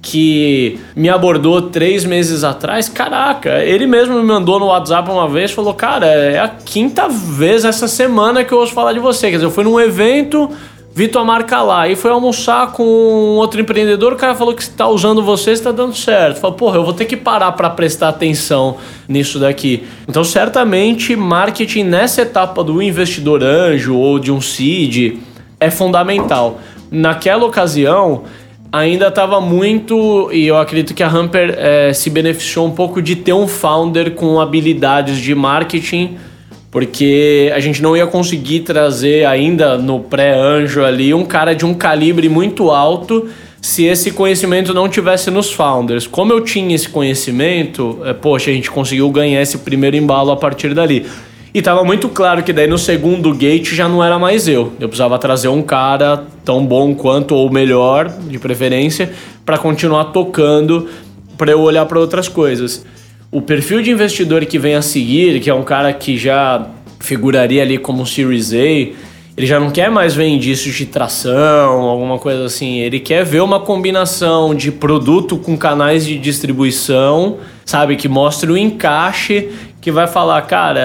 Speaker 2: que me abordou 3 meses atrás, caraca, ele mesmo me mandou no WhatsApp uma vez, falou, cara, é a 5ª vez essa semana que eu ouço falar de você. Quer dizer, eu fui num evento, vi tua marca lá, e foi almoçar com outro empreendedor, o cara falou que está usando você, está dando certo. Falei, porra, eu vou ter que parar para prestar atenção nisso daqui. Então, certamente, marketing nessa etapa do investidor anjo ou de um seed é fundamental. Naquela ocasião, ainda estava muito, e eu acredito que a Humper se beneficiou um pouco de ter um founder com habilidades de marketing, porque a gente não ia conseguir trazer ainda no pré-anjo ali um cara de um calibre muito alto se esse conhecimento não tivesse nos founders. Como eu tinha esse conhecimento, poxa, a gente conseguiu ganhar esse primeiro embalo a partir dali. E tava muito claro que daí no segundo gate já não era mais eu. Eu precisava trazer um cara tão bom quanto ou melhor, de preferência, para continuar tocando, para eu olhar para outras coisas. O perfil de investidor que vem a seguir, que é um cara que já figuraria ali como Series A, ele já não quer mais ver indícios de tração, alguma coisa assim. Ele quer ver uma combinação de produto com canais de distribuição, sabe? Que mostre o encaixe, que vai falar, cara,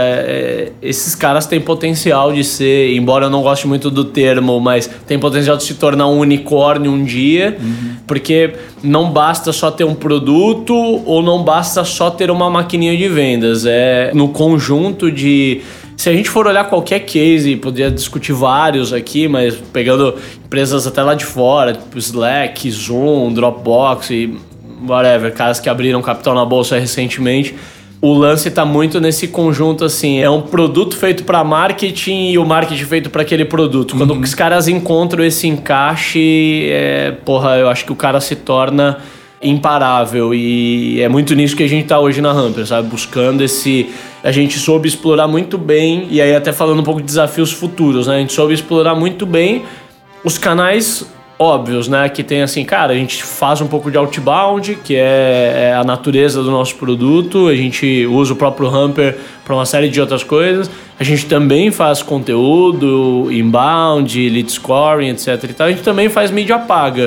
Speaker 2: esses caras têm potencial de ser, embora eu não goste muito do termo, mas tem potencial de se tornar um unicórnio um dia, porque não basta só ter um produto ou não basta só ter uma maquininha de vendas. É no conjunto de... Se a gente for olhar qualquer case, poderia discutir vários aqui, mas pegando empresas até lá de fora, tipo Slack, Zoom, Dropbox e whatever, caras que abriram capital na bolsa recentemente, o lance está muito nesse conjunto, assim, é um produto feito para marketing e o marketing feito para aquele produto. Quando os caras encontram esse encaixe, eu acho que o cara se torna imparável, e é muito nisso que a gente tá hoje na Humper, sabe? Buscando esse... A gente soube explorar muito bem, e aí até falando um pouco de desafios futuros, né? A gente soube explorar muito bem os canais óbvios, né? Que tem assim, cara, a gente faz um pouco de outbound, que é a natureza do nosso produto, a gente usa o próprio Humper para uma série de outras coisas, a gente também faz conteúdo, inbound, lead scoring, etc e tal, a gente também faz mídia paga,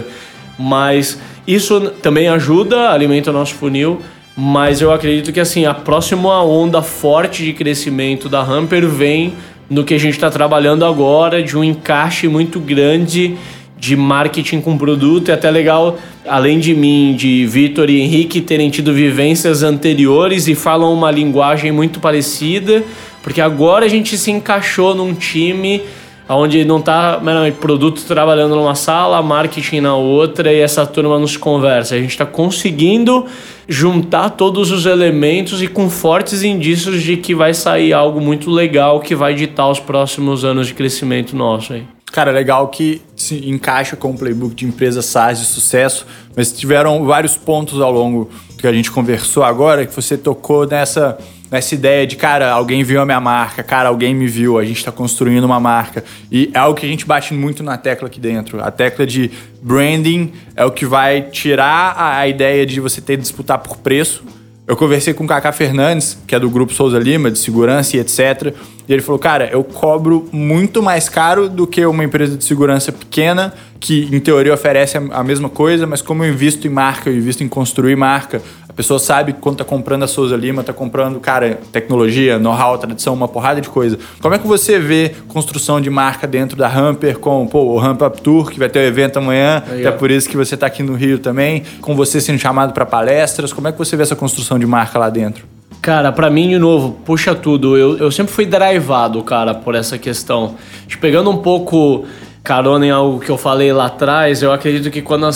Speaker 2: mas isso também ajuda, alimenta o nosso funil, mas eu acredito que assim, a próxima onda forte de crescimento da Humper vem no que a gente está trabalhando agora, de um encaixe muito grande de marketing com produto. É até legal, além de mim, de Vitor e Henrique terem tido vivências anteriores e falam uma linguagem muito parecida, porque agora a gente se encaixou num time onde não está meramente produto trabalhando numa sala, marketing na outra, e essa turma nos conversa. A gente está conseguindo juntar todos os elementos e com fortes indícios de que vai sair algo muito legal que vai ditar os próximos anos de crescimento nosso aí.
Speaker 1: Cara, legal que se encaixa com o playbook de empresas SaaS de sucesso, mas tiveram vários pontos ao longo do que a gente conversou agora, que você tocou nessa ideia de, cara, alguém viu a minha marca, cara, alguém me viu, a gente está construindo uma marca. E é algo que a gente bate muito na tecla aqui dentro. A tecla de branding é o que vai tirar a ideia de você ter que disputar por preço. Eu conversei com o Kaká Fernandes, que é do Grupo Souza Lima, de segurança e etc. E ele falou, cara, eu cobro muito mais caro do que uma empresa de segurança pequena, que em teoria oferece a mesma coisa, mas como eu invisto em marca, eu invisto em construir marca, a pessoa sabe que quando tá comprando a Souza Lima, tá comprando, cara, tecnologia, know-how, tradição, uma porrada de coisa. Como é que você vê construção de marca dentro da Humper com, o Ramp Up Tour, que vai ter um evento amanhã, é por isso que você tá aqui no Rio também, com você sendo chamado para palestras, como é que você vê essa construção de marca lá dentro?
Speaker 2: Cara, pra mim, de novo, puxa tudo. Eu sempre fui drivado, cara, por essa questão. Pegando um pouco carona em algo que eu falei lá atrás, eu acredito que quando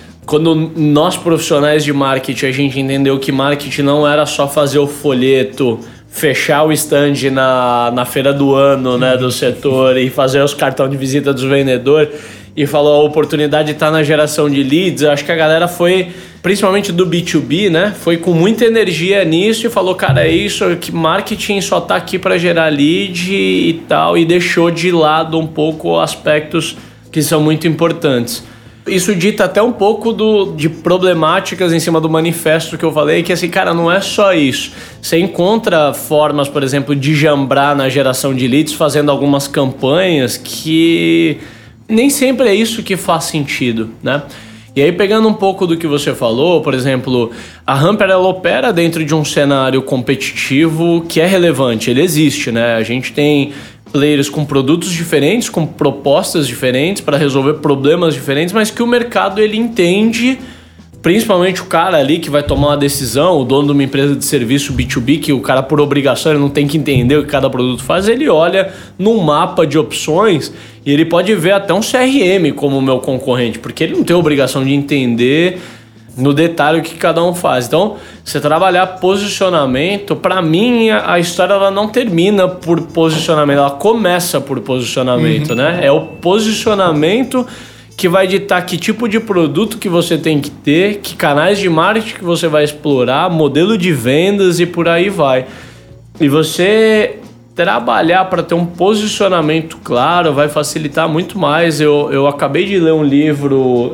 Speaker 2: nós profissionais de marketing, a gente entendeu que marketing não era só fazer o folheto, fechar o stand na feira do ano, né, do setor e fazer os cartões de visita dos vendedores, e falou, a oportunidade está na geração de leads. Eu acho que a galera foi, principalmente do B2B, né? Foi com muita energia nisso e falou, cara, é isso, que marketing só tá aqui para gerar lead e tal, e deixou de lado um pouco aspectos que são muito importantes. Isso dita até um pouco de problemáticas em cima do manifesto que eu falei, que assim, cara, não é só isso. Você encontra formas, por exemplo, de jambrar na geração de leads fazendo algumas campanhas que nem sempre é isso que faz sentido, né? E aí, pegando um pouco do que você falou, por exemplo, a Humper, ela opera dentro de um cenário competitivo que é relevante, ele existe, né? A gente tem players com produtos diferentes, com propostas diferentes para resolver problemas diferentes, mas que o mercado, ele entende principalmente o cara ali que vai tomar uma decisão, o dono de uma empresa de serviço B2B, que o cara por obrigação ele não tem que entender o que cada produto faz, ele olha num mapa de opções e ele pode ver até um CRM como o meu concorrente, porque ele não tem a obrigação de entender no detalhe o que cada um faz. Então, você trabalhar posicionamento, para mim, a história ela não termina por posicionamento, ela começa por posicionamento, né? É o posicionamento que vai ditar que tipo de produto que você tem que ter, que canais de marketing que você vai explorar, modelo de vendas e por aí vai. E você trabalhar para ter um posicionamento claro vai facilitar muito mais. Eu acabei de ler um livro...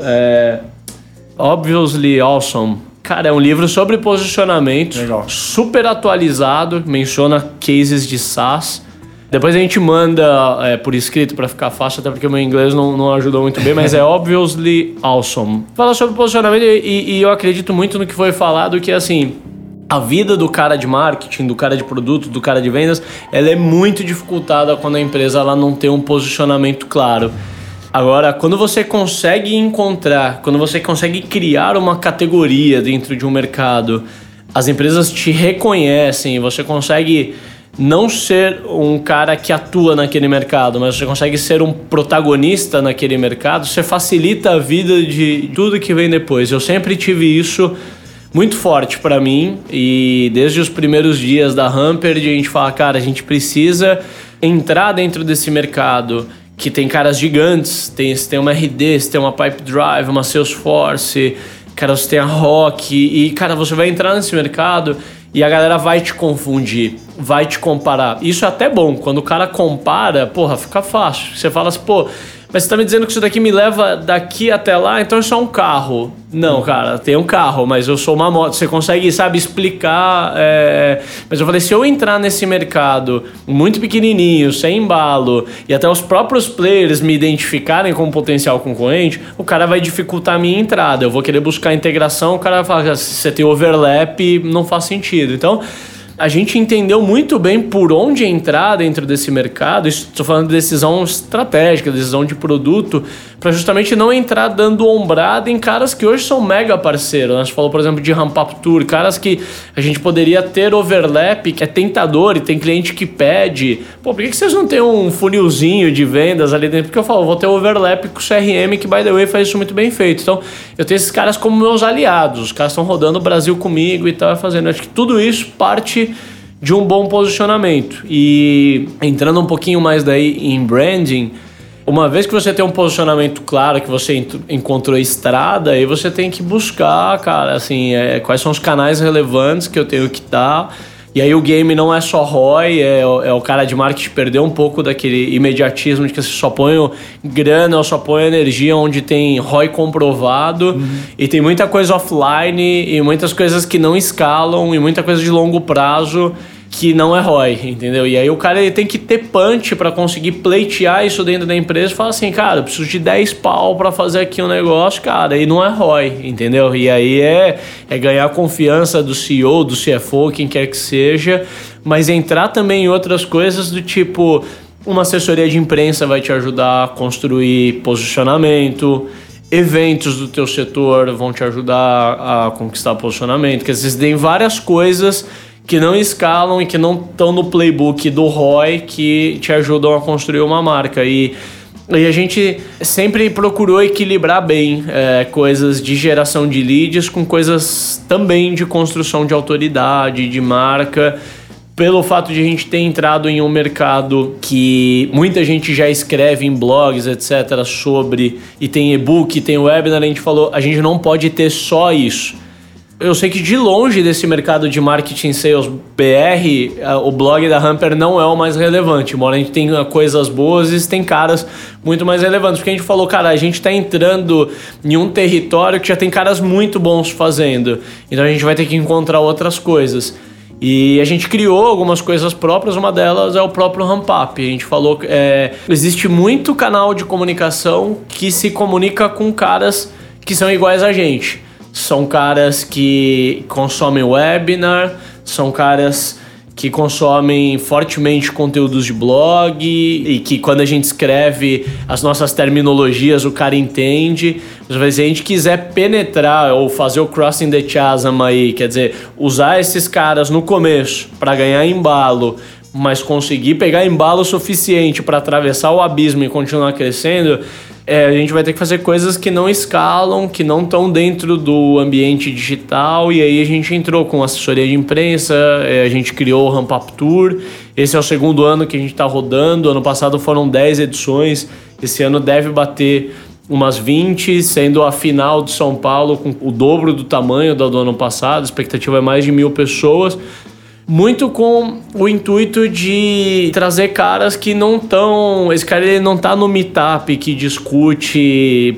Speaker 2: Obviously Awesome. Cara, é um livro sobre posicionamento. Legal. Super atualizado, menciona cases de SaaS. Depois a gente manda por escrito para ficar fácil, até porque o meu inglês não ajudou muito bem, mas é Obviously Awesome. Fala sobre posicionamento e eu acredito muito no que foi falado, que assim, a vida do cara de marketing, do cara de produto, do cara de vendas, ela é muito dificultada quando a empresa ela não tem um posicionamento claro. Agora, quando você consegue encontrar, quando você consegue criar uma categoria dentro de um mercado, as empresas te reconhecem, você consegue não ser um cara que atua naquele mercado, mas você consegue ser um protagonista naquele mercado, você facilita a vida de tudo que vem depois. Eu sempre tive isso muito forte para mim e desde os primeiros dias da Humper, a gente fala, cara, a gente precisa entrar dentro desse mercado que tem caras gigantes, tem uma RD, tem uma Pipedrive, uma Salesforce, cara, você tem a Rock e, cara, você vai entrar nesse mercado e a galera vai te confundir, vai te comparar. Isso é até bom, quando o cara compara, porra, fica fácil. Você fala assim, pô, mas você tá me dizendo que isso daqui me leva daqui até lá, então isso é um carro. Não, cara, tem um carro, mas eu sou uma moto. Você consegue, sabe, explicar. Mas eu falei, se eu entrar nesse mercado muito pequenininho, sem embalo, e até os próprios players me identificarem como potencial concorrente, o cara vai dificultar a minha entrada. Eu vou querer buscar integração, o cara vai falar, se você tem overlap, não faz sentido. Então, a gente entendeu muito bem por onde entrar dentro desse mercado. Estou falando de decisão estratégica, decisão de produto, para justamente não entrar dando ombrada em caras que hoje são mega parceiros. A gente falou, por exemplo, de Ramp Up Tour, caras que a gente poderia ter overlap, que é tentador e tem cliente que pede. Pô, por que vocês não têm um funilzinho de vendas ali dentro? Porque eu falo, vou ter overlap com o CRM, que, by the way, faz isso muito bem feito. Então, eu tenho esses caras como meus aliados. Os caras estão rodando o Brasil comigo e tal, fazendo. Eu acho que tudo isso parte de um bom posicionamento. E entrando um pouquinho mais daí em branding, uma vez que você tem um posicionamento claro, que você encontrou estrada, aí você tem que buscar, cara, assim, quais são os canais relevantes que eu tenho que estar. E aí o game não é só ROI, é o cara de marketing perder um pouco daquele imediatismo de que você só põe grana ou só põe energia onde tem ROI comprovado. E tem muita coisa offline e muitas coisas que não escalam e muita coisa de longo prazo que não é ROI, entendeu? E aí o cara ele tem que ter punch para conseguir pleitear isso dentro da empresa e falar assim, cara, eu preciso de 10 pau para fazer aqui um negócio, cara, e não é ROI, entendeu? E aí é ganhar a confiança do CEO, do CFO, quem quer que seja, mas entrar também em outras coisas do tipo, uma assessoria de imprensa vai te ajudar a construir posicionamento, eventos do teu setor vão te ajudar a conquistar posicionamento, que às vezes tem várias coisas que não escalam e que não estão no playbook do ROI que te ajudam a construir uma marca. E a gente sempre procurou equilibrar bem coisas de geração de leads com coisas também de construção de autoridade, de marca, pelo fato de a gente ter entrado em um mercado que muita gente já escreve em blogs, etc., sobre, e tem e-book, tem webinar, a gente falou, a gente não pode ter só isso. Eu sei que de longe desse mercado de marketing sales BR, o blog da Humper não é o mais relevante. Embora a gente tenha coisas boas e tem caras muito mais relevantes. Porque a gente falou, cara, a gente está entrando em um território que já tem caras muito bons fazendo. Então a gente vai ter que encontrar outras coisas. E a gente criou algumas coisas próprias, uma delas é o próprio Ramp Up. A gente falou que existe muito canal de comunicação que se comunica com caras que são iguais a gente. São caras que consomem webinar, são caras que consomem fortemente conteúdos de blog e que quando a gente escreve as nossas terminologias o cara entende. Mas se a gente quiser penetrar ou fazer o crossing the chasm aí, quer dizer, usar esses caras no começo para ganhar embalo, mas conseguir pegar embalo suficiente para atravessar o abismo e continuar crescendo, a gente vai ter que fazer coisas que não escalam, que não estão dentro do ambiente digital, e aí a gente entrou com assessoria de imprensa, a gente criou o Ramp Up Tour. Esse é o segundo ano que a gente está rodando. Ano passado foram 10 edições, esse ano deve bater umas 20, sendo a final de São Paulo com o dobro do tamanho do ano passado. A expectativa é mais de 1.000 pessoas. Muito com o intuito de trazer caras que não estão... Esse cara ele não tá no meetup que discute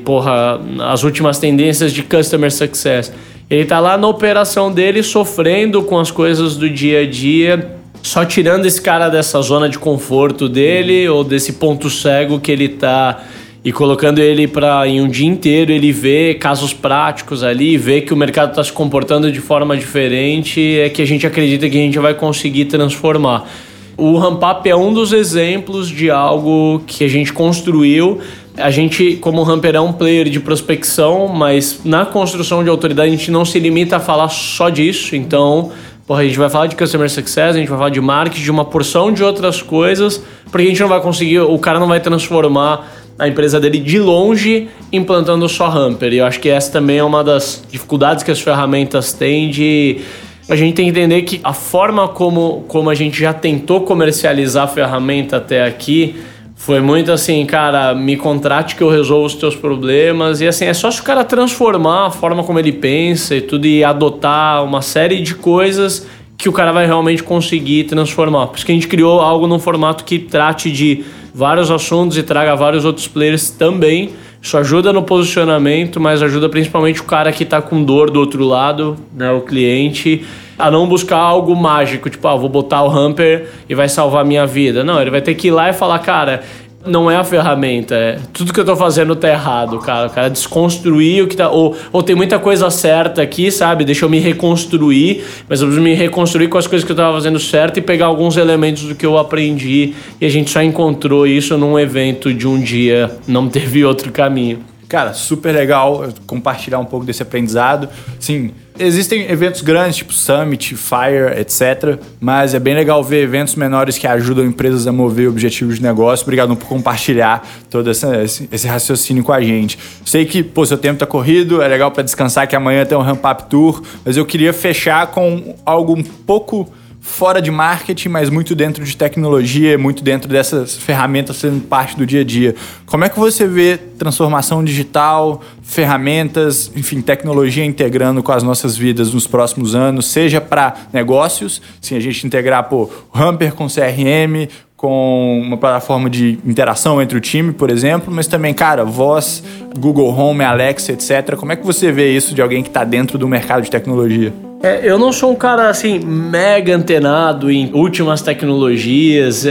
Speaker 2: as últimas tendências de Customer Success. Ele tá lá na operação dele, sofrendo com as coisas do dia a dia, só tirando esse cara dessa zona de conforto dele ou desse ponto cego que ele tá... E colocando ele para em um dia inteiro ele ver casos práticos ali, ver que o mercado está se comportando de forma diferente, é que a gente acredita que a gente vai conseguir transformar. O Ramp Up é um dos exemplos de algo que a gente construiu. A gente, como Ramper, é um player de prospecção, mas na construção de autoridade a gente não se limita a falar só disso. Então, a gente vai falar de Customer Success, a gente vai falar de marketing, de uma porção de outras coisas, porque a gente não vai conseguir, o cara não vai transformar a empresa dele de longe implantando só Ramper. E eu acho que essa também é uma das dificuldades que as ferramentas têm de... A gente tem que entender que a forma como a gente já tentou comercializar a ferramenta até aqui foi muito assim, cara, me contrate que eu resolvo os teus problemas. E assim, é só se o cara transformar a forma como ele pensa e tudo e adotar uma série de coisas que o cara vai realmente conseguir transformar. Por isso que a gente criou algo num formato que trate de vários assuntos e traga vários outros players também. Isso ajuda no posicionamento, mas ajuda principalmente o cara que está com dor do outro lado, né, o cliente, a não buscar algo mágico, tipo, vou botar o Ramper e vai salvar a minha vida. Não, ele vai ter que ir lá e falar, cara, não é a ferramenta, tudo que eu tô fazendo tá errado, cara. O cara desconstruir o que tá... Ou tem muita coisa certa aqui, sabe? Deixa eu me reconstruir, mas eu preciso me reconstruir com as coisas que eu tava fazendo certo e pegar alguns elementos do que eu aprendi. E a gente só encontrou isso num evento de um dia, não teve outro caminho.
Speaker 1: Cara, super legal compartilhar um pouco desse aprendizado. Sim, existem eventos grandes, tipo Summit, Fire, etc. Mas é bem legal ver eventos menores que ajudam empresas a mover objetivos de negócio. Obrigado por compartilhar todo esse raciocínio com a gente. Sei que, seu tempo tá corrido, é legal para descansar, que amanhã tem um Ramp Up Tour. Mas eu queria fechar com algo um pouco fora de marketing, mas muito dentro de tecnologia, muito dentro dessas ferramentas sendo parte do dia a dia. Como é que você vê transformação digital, ferramentas, enfim, tecnologia integrando com as nossas vidas nos próximos anos, seja para negócios, sim, a gente integrar o Ramper com CRM, com uma plataforma de interação entre o time, por exemplo, mas também, cara, voz, Google Home, Alexa, etc. Como é que você vê isso de alguém que está dentro do mercado de tecnologia?
Speaker 2: Eu não sou um cara, assim, mega antenado em últimas tecnologias,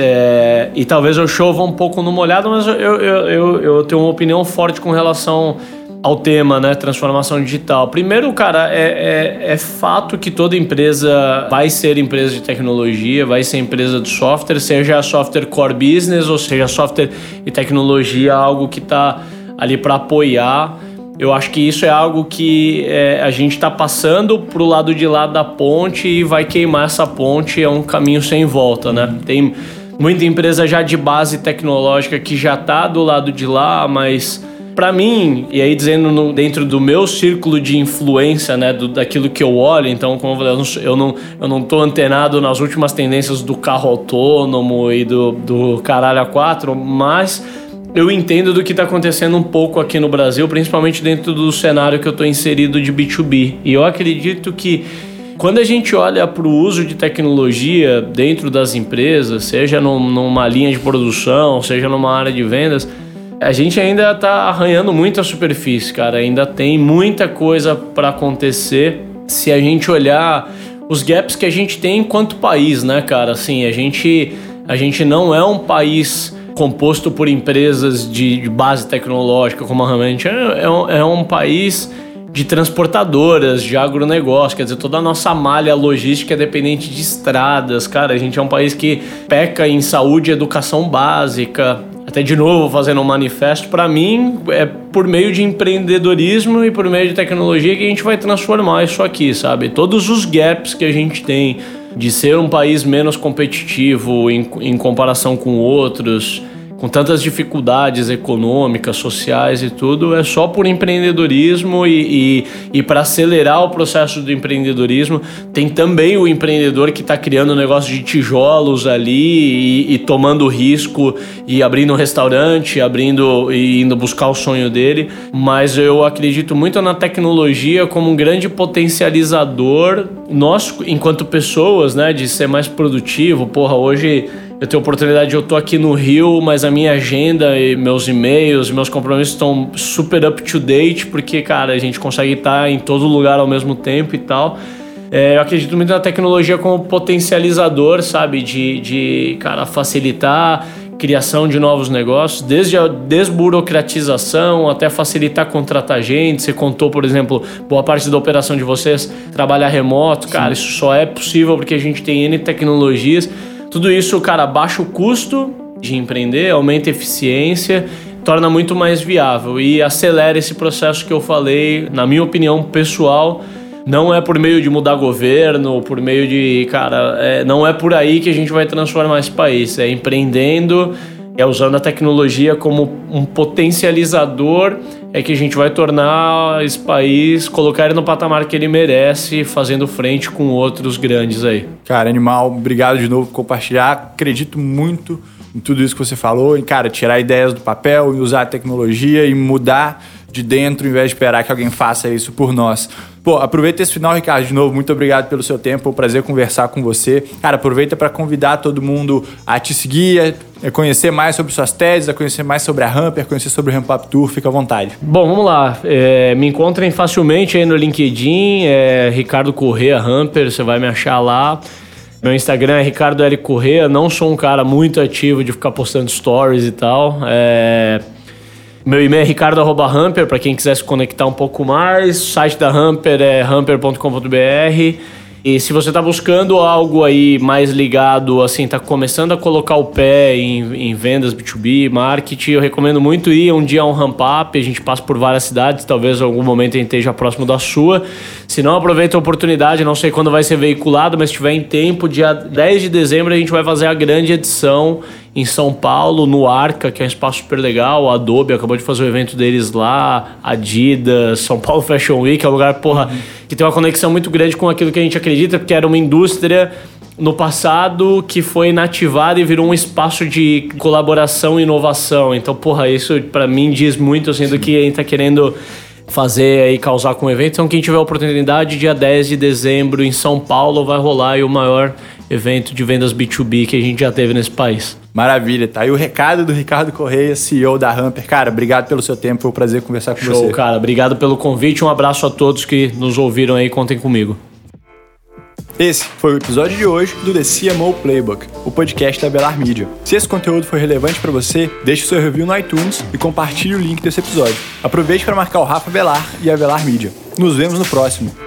Speaker 2: e talvez eu chova um pouco no molhado, mas eu tenho uma opinião forte com relação ao tema, né, transformação digital. Primeiro, cara, é fato que toda empresa vai ser empresa de tecnologia, vai ser empresa de software, seja software core business ou seja software e tecnologia, algo que está ali para apoiar. Eu acho que isso é algo que a gente está passando para o lado de lá da ponte e vai queimar essa ponte, é um caminho sem volta, né? Tem muita empresa já de base tecnológica que já está do lado de lá, mas para mim, e aí dizendo dentro do meu círculo de influência, né, daquilo que eu olho, então como eu não tô antenado nas últimas tendências do carro autônomo e do caralho a quatro, mas eu entendo do que está acontecendo um pouco aqui no Brasil, principalmente dentro do cenário que eu estou inserido de B2B. E eu acredito que quando a gente olha para o uso de tecnologia dentro das empresas, seja numa linha de produção, seja numa área de vendas, a gente ainda está arranhando muito a superfície, cara. Ainda tem muita coisa para acontecer se a gente olhar os gaps que a gente tem enquanto país, né, cara? Assim, a gente não é um país composto por empresas de base tecnológica como a Ramper. É um país de transportadoras, de agronegócio, quer dizer, toda a nossa malha logística é dependente de estradas, cara, a gente é um país que peca em saúde e educação básica. Até de novo fazendo um manifesto, para mim é por meio de empreendedorismo e por meio de tecnologia que a gente vai transformar isso aqui, sabe? Todos os gaps que a gente tem de ser um país menos competitivo em comparação com outros, com tantas dificuldades econômicas, sociais e tudo, é só por empreendedorismo e para acelerar o processo do empreendedorismo, tem também o empreendedor que está criando um negócio de tijolos ali e tomando risco e abrindo um restaurante, e indo buscar o sonho dele, mas eu acredito muito na tecnologia como um grande potencializador nós, enquanto pessoas, né, de ser mais produtivo. Porra, hoje eu tenho oportunidade, eu tô aqui no Rio, mas a minha agenda e meus e-mails, meus compromissos estão super up to date, porque, cara, a gente consegue estar em todo lugar ao mesmo tempo e tal. Eu acredito muito na tecnologia como potencializador, sabe, de cara, facilitar a criação de novos negócios, desde a desburocratização até facilitar contratar gente. Você contou, por exemplo, boa parte da operação de vocês trabalhar remoto. Cara, isso só é possível porque a gente tem N tecnologias. Tudo isso, cara, baixa o custo de empreender, aumenta a eficiência, torna muito mais viável e acelera esse processo que eu falei, na minha opinião pessoal. Não é por meio de mudar governo, por meio de, cara, não é por aí que a gente vai transformar esse país. É empreendendo, é usando a tecnologia como um potencializador, é que a gente vai tornar esse país, colocar ele no patamar que ele merece, fazendo frente com outros grandes aí.
Speaker 1: Cara, animal, obrigado de novo por compartilhar. Acredito muito em tudo isso que você falou, em, cara, tirar ideias do papel e usar a tecnologia e mudar de dentro, em vez de esperar que alguém faça isso por nós. Pô, aproveita esse final, Ricardo, de novo. Muito obrigado pelo seu tempo. É um prazer conversar com você. Cara, aproveita para convidar todo mundo a te seguir, a conhecer mais sobre suas teses, a conhecer mais sobre a Hamper, conhecer sobre o Ramp Up Tour. Fica à vontade.
Speaker 2: Bom, vamos lá. Me encontrem facilmente aí no LinkedIn, Ricardo Corrêa Hamper, você vai me achar lá. Meu Instagram é Ricardo L. Corrêa. Não sou um cara muito ativo de ficar postando stories e tal. Meu e-mail é ricardo@hamper, para quem quiser se conectar um pouco mais. O site da Hamper é hamper.com.br. E se você está buscando algo aí mais ligado, assim, está começando a colocar o pé em vendas B2B, marketing, eu recomendo muito ir um dia a um Ramp Up. A gente passa por várias cidades, talvez em algum momento a gente esteja próximo da sua. Se não, aproveita a oportunidade, não sei quando vai ser veiculado, mas se tiver em tempo, dia 10 de dezembro a gente vai fazer a grande edição em São Paulo, no Arca, que é um espaço super legal. A Adobe acabou de fazer o evento deles lá, Adidas, São Paulo Fashion Week, é um lugar, que tem uma conexão muito grande com aquilo que a gente acredita, porque era uma indústria no passado que foi inativada e virou um espaço de colaboração e inovação. Então, isso pra mim diz muito, assim, do que a gente tá querendo fazer e causar com o evento. Então, quem tiver a oportunidade, dia 10 de dezembro em São Paulo, vai rolar aí o maior evento de vendas B2B que a gente já teve nesse país.
Speaker 1: Maravilha, tá aí o recado do Ricardo Corrêa, CEO da Hamper. Cara, obrigado pelo seu tempo, foi um prazer conversar com você.
Speaker 2: Show, cara, obrigado pelo convite, um abraço a todos que nos ouviram aí, contem comigo.
Speaker 1: Esse foi o episódio de hoje do The CMO Playbook, o podcast da Avelar Media. Se esse conteúdo foi relevante para você, deixe seu review no iTunes e compartilhe o link desse episódio. Aproveite para marcar o Rafa Velar e a Avelar Media. Nos vemos no próximo.